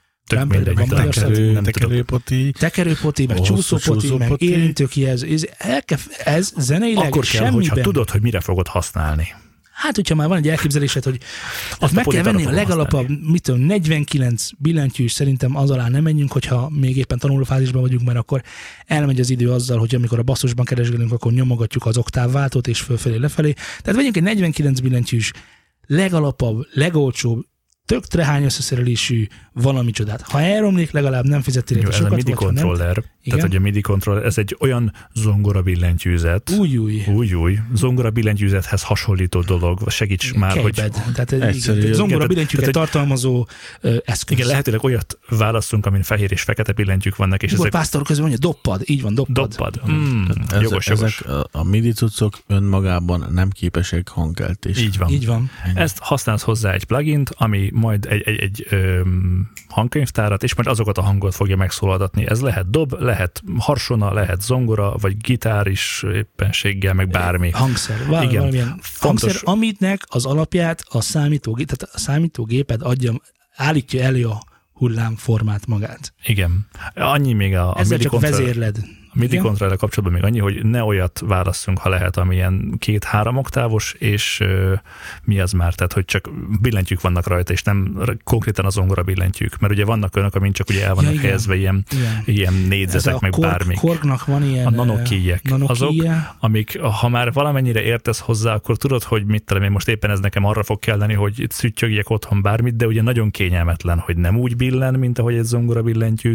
Tekerőpoti, meg csúszópoti, meg érintőkijelző. Ez zeneileg
akkor kell,
semmiben.
hogyha tudod, hogy mire fogod használni.
Hát, hogyha már van egy elképzelésed, hogy azt meg kell venni a legalapabb, 49 billentyűs, szerintem az alá nem menjünk, hogyha még éppen tanulófázisban vagyunk, mert akkor elmegy az idő azzal, hogy amikor a basszusban keresgélünk, akkor nyomogatjuk az oktávváltót, és fölfelé, lefelé. Tehát vegyünk egy 49 billentyűs, legalapabb, legolcsóbb, tök trehány összeszerelésű valami csodát. Ha elromlik, legalább nem fizettél érte sokat.
Ez a MIDI kontroller. Tehát, hogy a MIDI kontroller, ez egy olyan zongora billentyűzet. Új. Zongora billentyűzethez hasonlító dolog. Segíts igen, már, hogy...
Tehát zongora billentyűket tartalmazó eszköz. Igen,
lehetőleg olyat választunk, amin fehér és fekete billentyűk vannak. És
ezek... Pásztor közben mondja, doppad. Így van, doppad.
Jogos.
Ezek a MIDI cuccok önmagában nem képesek hangkeltésre.
Így van. Ezt használsz hozzá egy plugint, ami majd egy hangkönyvtárat, és majd azokat a hangot fogja megszólaltatni. Ez lehet dob, lehet harsona, lehet zongora, vagy gitár is éppenséggel, meg bármi.
Hangszer. Valamilyen hangszer, amitnek az alapját a számítógéped állítja elő a hullámformát magát.
Igen. Annyi még a
ezzel csak vezérled.
A MIDI kontrollerrel kapcsolatban még annyi, hogy ne olyat válasszunk, ha lehet, amilyen 2-3 oktávos, és mi az már, tehát hogy csak billentyűk vannak rajta, és nem konkrétan a zongora billentyűk, mert ugye vannak önök, amin csak ugye el vannak helyezve ilyen négyzetek, meg bármik.
Korgnak van ilyen
a nanokíjek. Azok, amik, ha már valamennyire értesz hozzá, akkor tudod, hogy mit tudom én, most éppen ez nekem arra fog kelleni, hogy szüttyögjek otthon bármit, de ugye nagyon kényelmetlen, hogy nem úgy billen, mint ahogy egy zongora billentyű,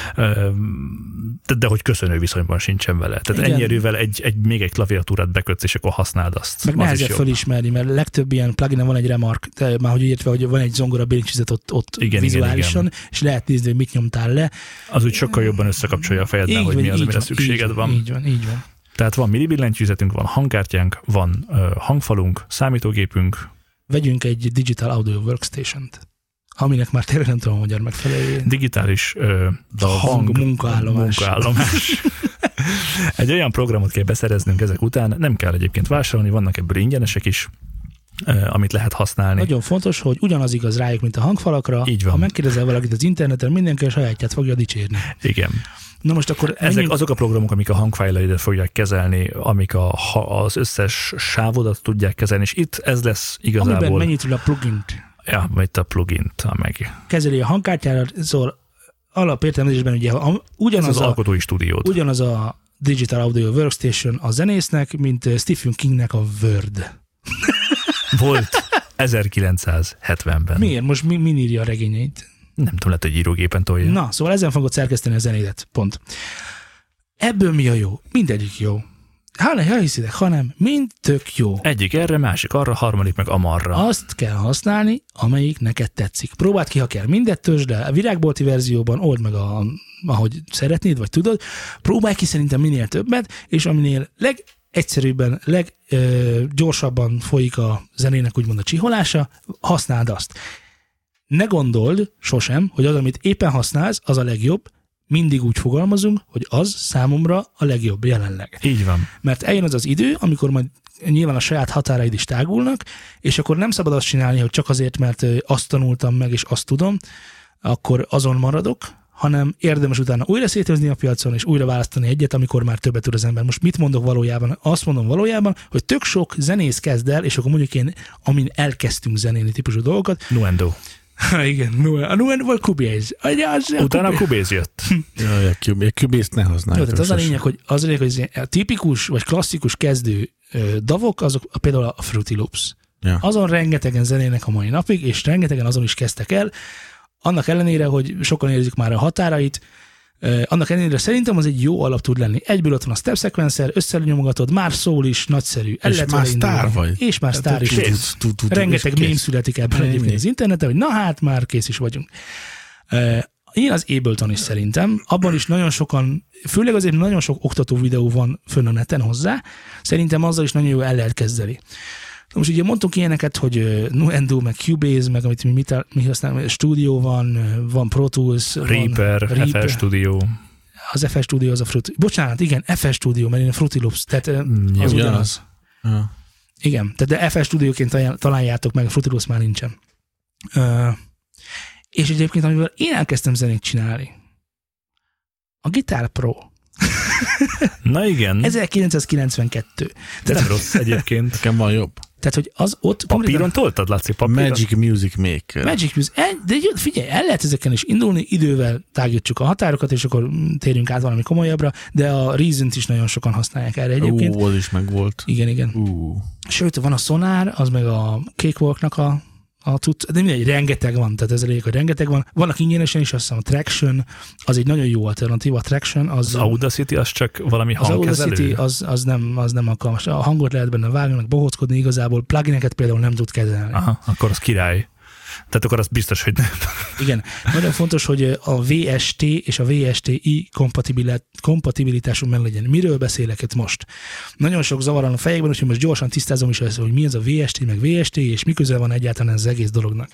de hogy köszönő viszonyban sincsen vele. Tehát ennyi erővel még egy klaviatúrát bekötsz, és akkor használd azt.
Meg nehezebb felismerni, mert legtöbb ilyen pluginen van egy remark, már hogy értve, hogy van egy zongora billentyűzet ott vizuálisan, és lehet nézni, hogy mit nyomtál le.
Az úgy sokkal jobban összekapcsolja a fejedben, hogy mi az, amire szükséged van.
Így van.
Tehát van MIDI billentyűzetünk, van hangkártyánk, van hangfalunk, számítógépünk.
Vegyünk egy Digital Audio Workstation-t, aminek már tényleg nem tudom a magyar megfelelőjén.
Digitális munkaállomás. Egy olyan programot kell beszereznünk ezek után, nem kell egyébként vásárolni, vannak ebből ingyenesek is, amit lehet használni.
Nagyon fontos, hogy ugyanaz igaz rájuk, mint a hangfalakra.
Így van.
Ha megkérdezel valakit az interneten, mindenki a sajátját fogja dicsérni.
Igen.
Na most akkor
ezek azok a programok, amik a hangfájlaidat fogják kezelni, amik az összes sávodat tudják kezelni, és itt ez lesz igazából...
Amiben mennyit ül a plugint.
Ja, vagy a plugint, meg.
Kezeli a hangkártyára, szóval alapértelmezésben ugye ugyanaz
az alkotói stúdiód.
Ugyanaz a Digital Audio Workstation a zenésznek, mint Stephen Kingnek a Word.
Volt 1970-ben.
Miért? Most mi írja a regényeit?
Nem tudom, lehet, hogy írógépen tolja.
Na, szóval ezen fogod szerkeszteni a zenédet. Pont. Ebből mi a jó? Mindegyik jó. Ha hiszitek, hanem mind tök jó.
Egyik erre, másik arra, harmadik meg amarra.
Azt kell használni, amelyik neked tetszik. Próbáld ki, ha kell mindet törzsd, de a virágbolti verzióban old meg, ahogy szeretnéd, vagy tudod. Próbálj ki szerintem minél többet, és aminél legegyszerűbben, leggyorsabban folyik a zenének úgymond a csiholása, használd azt. ne gondold sosem, hogy az, amit éppen használsz, az a legjobb, mindig úgy fogalmazunk, hogy az számomra a legjobb jelenleg.
Így van.
Mert eljön az idő, amikor majd nyilván a saját határaid is tágulnak, és akkor nem szabad azt csinálni, hogy csak azért, mert azt tanultam meg, és azt tudom, akkor azon maradok, hanem érdemes utána újra széthozni a piacon, és újra választani egyet, amikor már többet tud az ember. Most mit mondok valójában? Azt mondom valójában, hogy tök sok zenész kezd el, és akkor mondjuk én, amin elkezdtünk zenélni típusú dolgokat.
Nuendo.
Igen, a Nuendo vagy Cubase.
Utána a Cubase jött.
Jaj, a Cubase-t ne használjuk.
Tehát az a lényeg, hogy a tipikus vagy klasszikus kezdő davok, azok például a Fruity Loops.
Ja.
Azon rengetegen zenének a mai napig, és rengetegen azon is kezdtek el. Annak ellenére, hogy sokan érzik már a határait, annak ellenére szerintem az egy jó alap tud lenni. Egyből ott van a step sequencer, összenyomogatod, már szól is, nagyszerű.
És már sztár vagy.
És már sztár is. Rengeteg mém születik ebben egyébként az interneten, hogy na hát, már kész is vagyunk. Én az Ableton is szerintem. Abban is nagyon sokan, főleg azért nagyon sok oktató videó van fönn a neten hozzá, szerintem azzal is nagyon jó el lehet kezdeni. Most ugye mondtunk ilyeneket, hogy Nuendo, meg Cubase, meg amit mi használunk, Studio van Pro Tools,
Reaper, FL Studio.
Az FL Studio az a Fruity. Bocsánat, igen, FL Studio, mert én a Fruity Loops, tehát az ugyanaz.
Ja.
Igen, tehát de FL Studioként találjátok meg, a Fruity Loops már nincsen. És egyébként, amivel én elkezdtem zenét csinálni, a Guitar Pro.
Na igen.
1992.
Tehát nem rossz egyébként.
Nekem van jobb.
Tehát, hogy az ott...
Papíron toltad, Laci? Papíron?
Magic Music Maker.
Magic Music. De figyelj, el lehet ezeken is indulni, idővel tágítsuk a határokat, és akkor térjünk át valami komolyabbra, de a Reason-t is nagyon sokan használják erre egyébként.
Az is megvolt.
Igen. Sőt, van a Sonar, az meg a Cakewalk-nak a de mindegy, rengeteg van, tehát ez a lényeg, hogy rengeteg van. Vannak ingyenesen is, azt hiszem a Traction, az egy nagyon jó alternatíva, a Traction. Az
Audacity az csak valami hangkezelő?
Az Audacity az nem alkalmas. A hangot lehet benne vágni, meg bohóckodni igazából, plugineket például nem tud kezelni.
Aha, akkor az király. Tehát akkor az biztos, hogy nem.
Igen. Nagyon fontos, hogy a VST és a VST-i kompatibilitásunk meg legyen. Miről beszélek itt most? Nagyon sok zavar van a fejekben, úgyhogy most gyorsan tisztázom is, hogy mi az a VST, meg VST, és mi közel van egyáltalán az egész dolognak.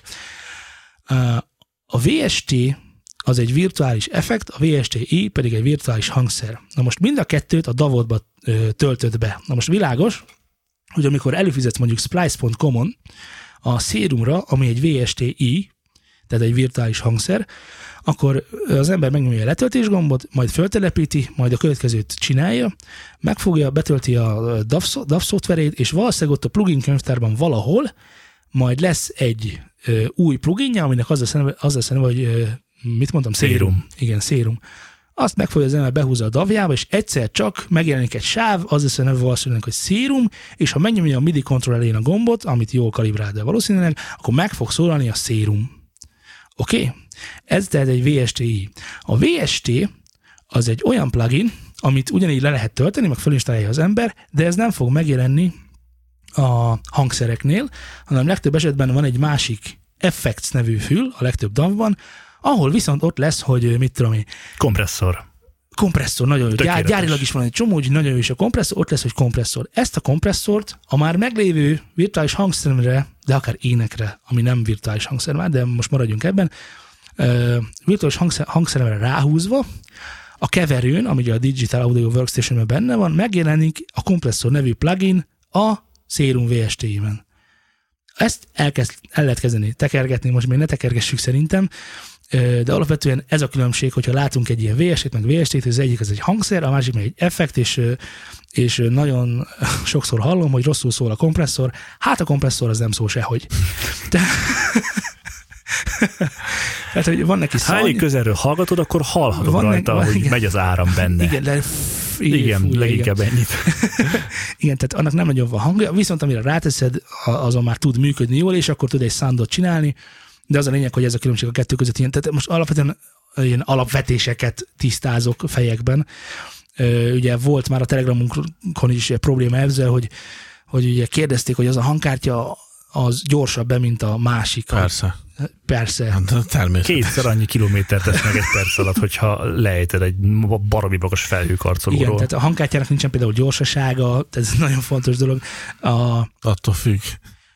A VST az egy virtuális effekt, a VST-i pedig egy virtuális hangszer. Na most mind a kettőt a DAW-ba töltöd be. Na most világos, hogy amikor előfizetsz mondjuk splice.com-on a Serumra, ami egy VST-i, tehát egy virtuális hangszer, akkor az ember megnyomja a letöltés gombot, majd föltelepíti, majd a következőt csinálja, megfogja, betölti a DAW szoftverét, és valószínűleg ott a plugin könyvtárban valahol majd lesz egy új pluginja, aminek az a neve, hogy mit mondtam?
Serum.
Igen, Serum. Azt megfogja az ember, behúzza a DAW-jába, és egyszer csak megjelenik egy sáv, az lesz a neve valószínűleg, hogy Serum, és ha megnyomja a MIDI control elén a gombot, amit jól kalibrál, de valószínűleg, akkor meg fog szólalni a Serum. Oké? Ez tehát egy VST-i. A VST az egy olyan plugin, amit ugyanígy le lehet tölteni, meg fölinstalálja az ember, de ez nem fog megjelenni a hangszereknél, hanem legtöbb esetben van egy másik Effects nevű fül, a legtöbb DAW-ban, ahol viszont ott lesz, hogy mit tudom én. Kompresszor, nagyon jó. Gyárilag is van egy csomó, hogy nagyon jó is a kompresszor, ott lesz, hogy kompresszor. Ezt a kompresszort a már meglévő virtuális hangszerre, de akár énekre, ami nem virtuális hangszer már, de most maradjunk ebben, virtuális hangszerre ráhúzva, a keverőn, ami a Digital Audio Workstation-ben benne van, megjelenik a kompresszor nevű plugin a Serum VST-ben. Ezt el lehet kezdeni tekergetni, most még ne tekergessük szerintem, de alapvetően ez a különbség, hogyha látunk egy ilyen VST-t, meg VST-t, az egyik az egy hangszer, a másik meg egy effekt, és nagyon sokszor hallom, hogy rosszul szól a kompresszor. Hát a kompresszor az nem szól sehogy. Tehát, hogy van neki szany.
Ha elég közelről hallgatod, akkor hallhatod rajta, hogy megy az áram benne.
Igen,
leginkább ennyit.
Igen, tehát annak nem nagyon van hangja, viszont amire ráteszed, azon már tud működni jól, és akkor tud egy soundot csinálni, de az a lényeg, hogy ez a különbség a kettő között ilyen. Tehát most alapvetően ilyen alapvetéseket tisztázok fejekben. Ugye volt már a Telegramunkon is probléma ezzel, hogy ugye kérdezték, hogy az a hangkártya az gyorsabb-e, mint a másik. Persze.
Kétszer annyi kilométert tesz meg egy perc alatt, hogyha lejted egy baromi magas felhőkarcolóról.
Igen, tehát a hangkártyának nincsen például gyorsasága, ez nagyon fontos dolog.
Attól függ.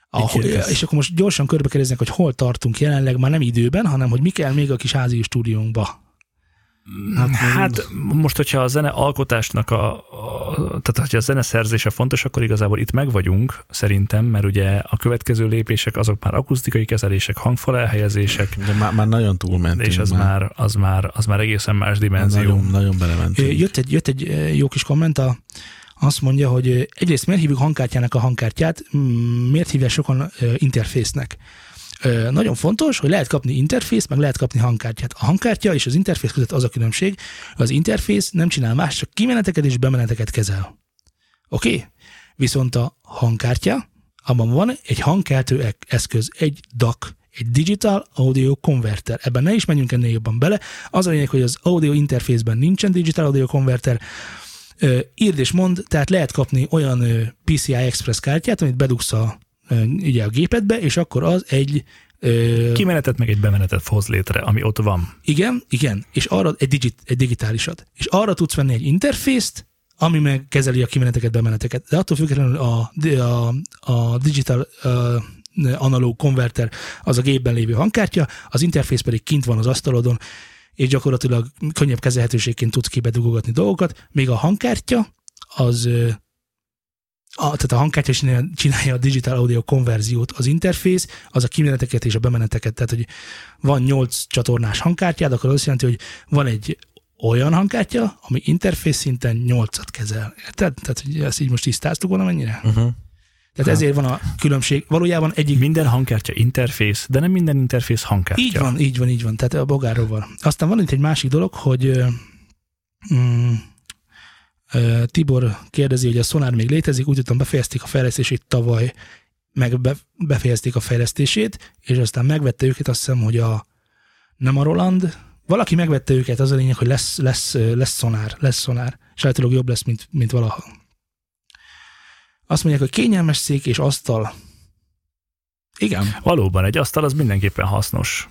És akkor most gyorsan körbekezdnek, hogy hol tartunk jelenleg, már nem időben, hanem hogy mi kell még a kis házi stúdiónkba.
Hát most, hogyha a zene alkotásnak tehát hogyha a zeneszerzése fontos, akkor igazából itt meg vagyunk, szerintem, mert ugye a következő lépések azok már akusztikai kezelések, hangfal elhelyezések.
De már nagyon túlmentünk.
És az már egészen más dimenzió.
Nagyon belementünk.
Jött egy jó kis komment, azt mondja, hogy egyrészt miért hívjuk hangkártyának a hangkártyát, miért hívják sokan interfésznek. Nagyon fontos, hogy lehet kapni interfészt, meg lehet kapni hangkártyát. A hangkártya és az interfész között az a különbség, hogy az interfész nem csinál más, csak kimeneteket és bemeneteket kezel. Oké? Viszont a hangkártya, abban van egy hangkeltő eszköz, egy DAC, egy Digital Audio Converter. Ebben ne is menjünk ennél jobban bele. Az a lényeg, hogy az audio interfészben nincsen Digital Audio Converter. Írd és mondd, tehát lehet kapni olyan PCI Express kártyát, amit bedugsz ugye a gépedbe, és akkor az egy...
kimenetet meg egy bemenetet hoz létre, ami ott van.
Igen, és arra egy digitálisat. És arra tudsz venni egy interfészt, ami meg kezeli a kimeneteket, bemeneteket. De attól függetlenül a digital analóg konverter az a gépben lévő hangkártya, az interfész pedig kint van az asztalodon, és gyakorlatilag könnyebb kezelhetőségként tudsz kibedugogatni dolgokat, még a hangkártya az... Tehát a hangkártya csinálja a digital audio konverziót, az interfész, az a kimeneteket és a bemeneteket. Tehát, hogy van 8 csatornás hangkártyád, akkor azt jelenti, hogy van egy olyan hangkártya, ami interfész szinten 8-at kezel. Tehát, hogy ezt így most tisztáztuk volna mennyire? Tehát ezért van a különbség. Valójában
minden hangkártya interfész, de nem minden interfész hangkártya.
Így van. Tehát a bogárról van. Aztán van itt egy másik dolog, hogy Tibor kérdezi, hogy a Sonar még létezik, úgy tudom, befejezték a fejlesztését tavaly, meg befejezték a fejlesztését, és aztán megvette őket, azt hiszem, hogy nem a Roland, valaki megvette őket, az a lényeg, hogy lesz Sonar, és általában jobb lesz, mint valaha. Azt mondják, hogy kényelmes szék és asztal. Igen.
Valóban, egy asztal az mindenképpen hasznos.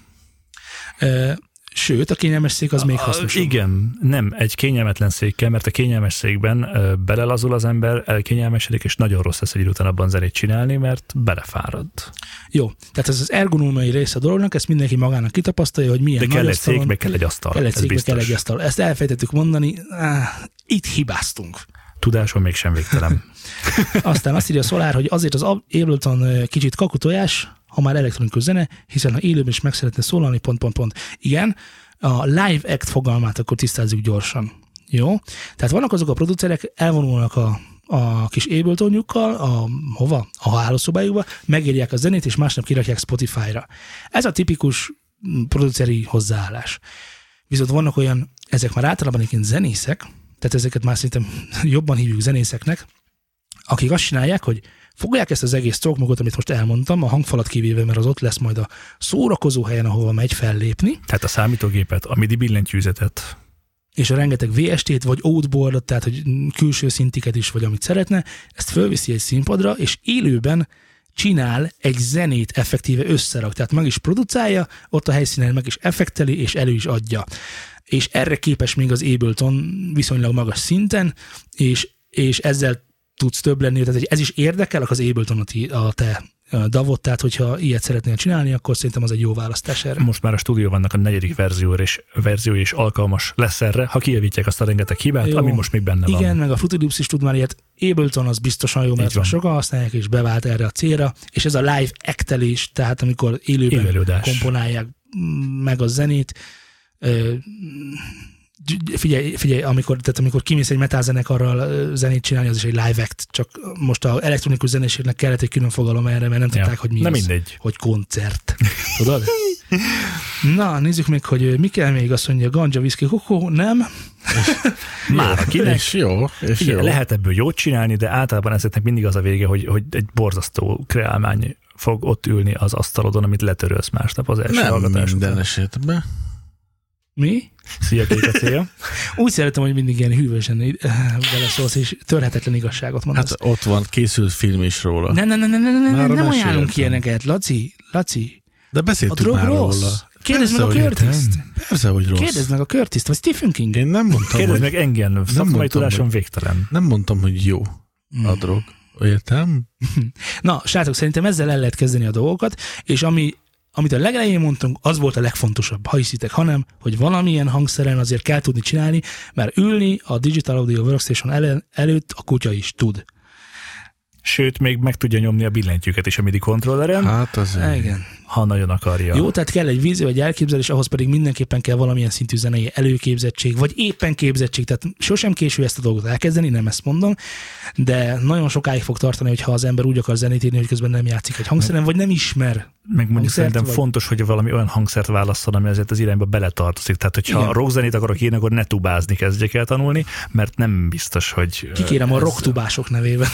Sőt, a kényelmes szék az még hasznosabb.
Igen, nem egy kényelmetlen székkel, mert a kényelmes székben belelazul az ember, elkényelmesedik, és nagyon rossz lesz egy idő után abban zenét csinálni, mert belefárad.
Jó, tehát ez az ergonómiai része a dolognak, ezt mindenki magának kitapasztalja, hogy milyen
de kell egy szék, meg kell egy asztal.
Kell egy asztal. Ezt elfejtettük mondani, itt hibáztunk.
Tudásom mégsem végtelen.
Aztán azt írja a Solar, hogy azért az Ableton kicsit kakutojás, ha már elektronikus zene, hiszen ha élőben is meg szeretne szólalni, ... Igen, a live act fogalmát akkor tisztázzuk gyorsan. Jó? Tehát vannak azok a producerek, elvonulnak a kis Abletonjukkal, a hálószobájukba, megírják a zenét, és másnap kirakják Spotify-ra. Ez a tipikus produceri hozzáállás. Viszont vannak olyan, ezek már általában egyébként zenészek, tehát ezeket már szerintem jobban hívjuk zenészeknek, akik azt csinálják, hogy fogják ezt az egész stroke-mogot, amit most elmondtam, a hangfalat kivéve, mert az ott lesz majd a szórakozó helyen, ahova megy fellépni.
Tehát a számítógépet, a MIDI billentyűzetet.
És a rengeteg VST-t, vagy outboardot, tehát hogy külső szintiket is, vagy amit szeretne, ezt fölviszi egy színpadra, és élőben csinál egy zenét effektíve összerak. Tehát meg is producálja, ott a helyszínen meg is effekteli, és elő is adja. És erre képes még az Ableton viszonylag magas szinten, és ezzel tudsz több lenni, tehát ez is érdekel az Ableton a te DAW-ot, tehát hogyha ilyet szeretnél csinálni, akkor szerintem az egy jó választás erre.
Most már a stúdióvannak a 4. verzió is alkalmas lesz erre, ha kijavítják azt a rengeteg hibát, jó, ami most még benne van.
Igen, meg a Fruity Loops is tud már ilyet. Ableton az biztosan jó, mert sokan használják, és bevált erre a célra, és ez a live actelés, tehát amikor élőben komponálják meg a zenét, Figyelj, amikor kimész egy metal zenekarral zenét csinálni, az is egy live act, csak most az elektronikus zenéségnek kellett egy külön fogalom erre, mert nem tudták, hogy mi
nem
az,
mindegy.
Hogy koncert. Tudod? Na, nézzük meg, hogy mi kell még, azt mondja, ganja, whisky, kokó, nem?
Már akinek.
És jó.
Lehet ebből jót csinálni, de általában ezeknek mindig az a vége, hogy egy borzasztó kreálmány fog ott ülni az asztalodon, amit letörölsz másnap az első hallgatás.
Nem minden esetben.
Mi?
Szia, Kékacéja.
Úgy szeretem, hogy mindig ilyen hűvösen beleszólsz, és törhetetlen igazságot mondasz.
Hát ott van, készült film is róla.
Nem ajánlunk ilyeneket, Laci.
De beszéltünk már róla.
Kérdezd meg a Curtis-t.
Persze, hogy rossz.
Kérdezd meg a Curtis-t, vagy Stephen King.
Én nem mondtam,
Kérdezd meg engem, szakmai tudásom végtelen.
Nem mondtam, hogy jó a drog. Értem?
Na, srácok, szerintem ezzel el lehet kezdeni a dolgokat, és amit a legelején mondtunk, az volt a legfontosabb, ha hiszitek, hanem, hogy valamilyen hangszeren azért kell tudni csinálni, mert ülni a Digital Audio Workstation előtt a kutya is tud.
Sőt, még meg tudja nyomni a billentyűket is a MIDI kontrolleren.
Hát azért.
Igen.
Ha nagyon akarja.
Jó, tehát kell egy vízió, egy elképzelés, ahhoz pedig mindenképpen kell valamilyen szintű zenei előképzettség, vagy éppen képzettség, tehát sosem késő ezt a dolgot elkezdeni, nem ezt mondom, de nagyon sokáig fog tartani, hogyha az ember úgy akar zenét írni, hogy közben nem játszik egy hangszeren, vagy nem ismer.
Meg mondjuk szerintem fontos, hogy valami olyan hangszert válasszon, ami azért az irányba beletartozik. Tehát, hogyha rockzenét akarok írni, akkor ne tubázni kezdjek el tanulni, mert nem biztos, hogy...
Kikérem a rocktubások nevében.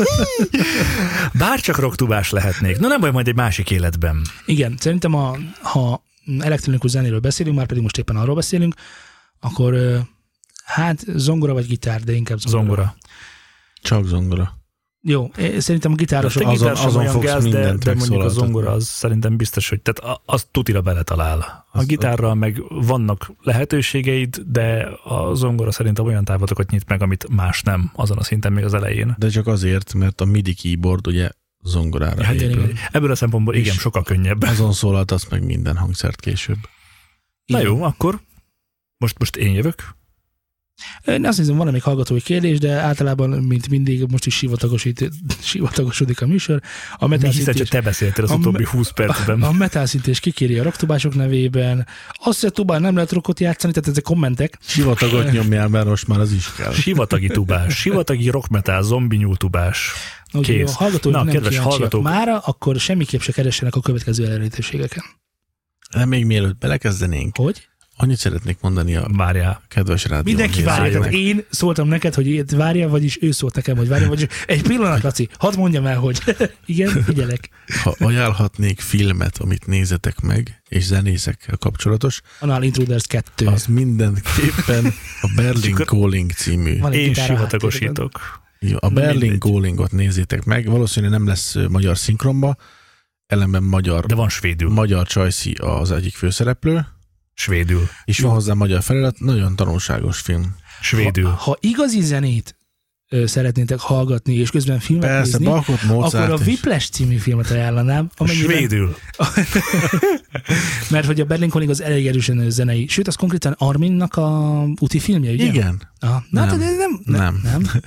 Bárcsak rocktubás lehetnék. Na nem baj, majd egy másik életben.
Igen, szerintem ha elektronikus zenéről beszélünk, már pedig most éppen arról beszélünk, akkor hát zongora vagy gitár, de inkább
zongora.
Csak zongora.
Jó, szerintem a gitárosok...
Azon fogsz
gáz,
mindent
de mondjuk a zongora az szerintem biztos, hogy tehát az tutira beletalál. A gitárral meg vannak lehetőségeid, de a zongora szerintem olyan távlatokat nyit meg, amit más nem azon a szinten még az elején.
De csak azért, mert a MIDI keyboard ugye zongorára épül.
Ebből a szempontból igen, sokkal könnyebb.
Azon szólaltasz meg minden hangszert később.
Na jó, akkor most én jövök.
Én azt hiszem, van még hallgatói kérdés, de általában, mint mindig, most is sivatagosodik a műsor.
Hiszen csak te beszéltél az utóbbi 20 percben.
A metálszintés kikéri a rocktubások nevében. Azt, hogy a tubán nem lehet rockot játszani, tehát ezek kommentek.
Sivatagot nyomjál, mert most már az is kell.
Sivatagi tubás, sivatagi rockmetál, zombi nyúltubás. Kész.
Ha hallgatók
nem
kedves
hallgatók.
Mára, akkor semmiképp se keressenek a következő elérhetőségeken.
De még mielőtt belekezdenénk.
Hogy?
Annyit szeretnék mondani a kedves rádió.
Mindenki várja. Én szóltam neked, hogy várja, vagyis ő szólt nekem, hogy várja, vagyis egy pillanat, Laci, hadd mondjam el, hogy igen, figyelek.
Ha ajánlhatnék filmet, amit nézetek meg, és zenészekkel kapcsolatos,
Anal Intruders 2.
Az mindenképpen a Berlin Calling című.
Én sivatagosítok.
A Berlin Callingot nézzétek meg, valószínűleg nem lesz magyar szinkronba, ellenben magyar.
De van svédül.
Magyar Csajci az egyik főszereplő.
Svédül.
És van hozzá magyar felirat, nagyon tanulságos film.
Svédül.
Ha igazi zenét szeretnétek hallgatni, és közben filmet nézni,
Bachot, Mozart
akkor a Whiplash című filmet ajánlanám.
Svédül.
Mert hogy a Berlin Calling az elég erősen zenei. Sőt, az konkrétan Arminnak a úti filmje, ugye?
Igen.
Nem.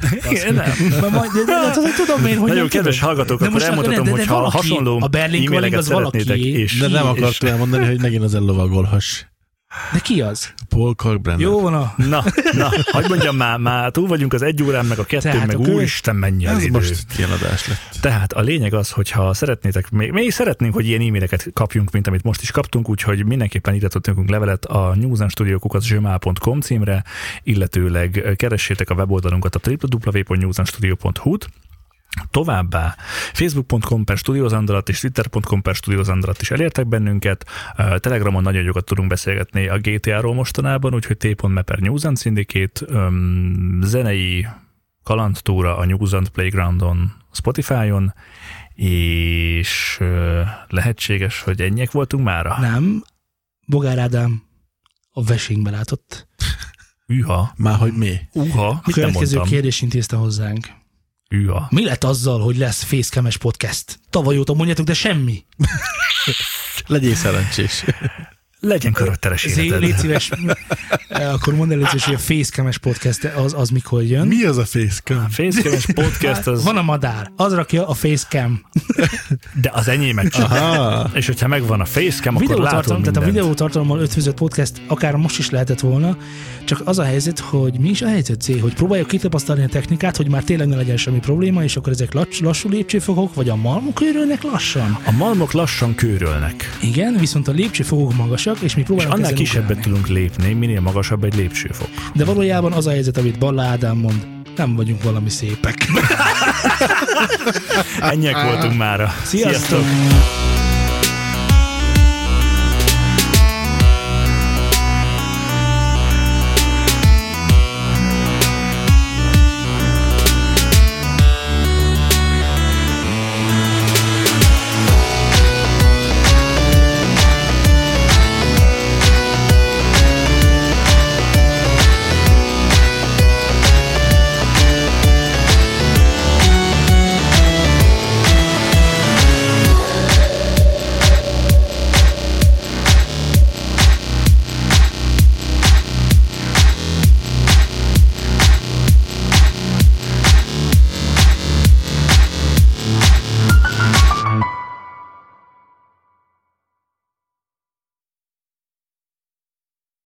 Tudom én, hogy
nagyon kedves hallgatók, akkor elmondhatom, hogy ha hasonló
a Berlin Calling az valaki.
De nem akartam elmondani, hogy megint az ellovagolhass.
De ki az?
Paul Kalkbrenner.
Jó van
Na, hagyd mondjam, már túl vagyunk az 1 órán, meg a 2, meg úristen, mennyi az idő.
Most kiadás lett.
Tehát a lényeg az, hogyha szeretnétek, még szeretnénk, hogy ilyen e-maileket kapjunk, mint amit most is kaptunk, úgyhogy mindenképpen írjatok nekünk levelet a newsandstudio@gmail.com címre, illetőleg keressétek a weboldalunkat a www.newsandstudio.hu-t. Továbbá facebook.com/studiozandalat és twitter.com/studiozandalat is elértek bennünket. Telegramon nagyon jókat tudunk beszélgetni a GTA-ról mostanában, úgyhogy t.me/Newsand Syndicate, zenei kalandtúra a Newsand Playgroundon, Spotify-on, és lehetséges, hogy ennyiek voltunk mára?
Nem. Bogár Ádám a Vesingbe látott.
Üha.
Már hogy mi?
A
következő kérdés intézte hozzánk.
Üha.
Mi lett azzal, hogy lesz Facecam-es podcast? Tavaly óta mondjátok, de semmi.
Legyél szerencsés.
Legyen karakteres életed.
Légy szíves, akkor mondd el, hogy a Facecam-es podcast az mikor jön.
Mi az a Facecam?
A Facecam-es podcast az...
Van a madár, az rakja a Facecam.
De az enyémek csak. És hogyha megvan a Facecam, akkor látod mindent.
Tehát a videótartalommal ötvözött podcast akár most is lehetett volna, csak az a helyzet, hogy mi is a helyzet cél, hogy próbáljuk kitapasztalni a technikát, hogy már tényleg ne legyen semmi probléma, és akkor ezek lassú lépcsőfokok, vagy a malmok kőrölnek lassan?
A malmok lassan kőrölnek.
Igen, viszont a lépcsőfokok magasak, és mi próbálunk
annál kisebbet tudunk lépni, minél magasabb egy lépcsőfok.
De valójában az a helyzet, amit Balla Ádám mond, nem vagyunk valami szépek.
Ennyiek voltunk mára.
Sziasztok!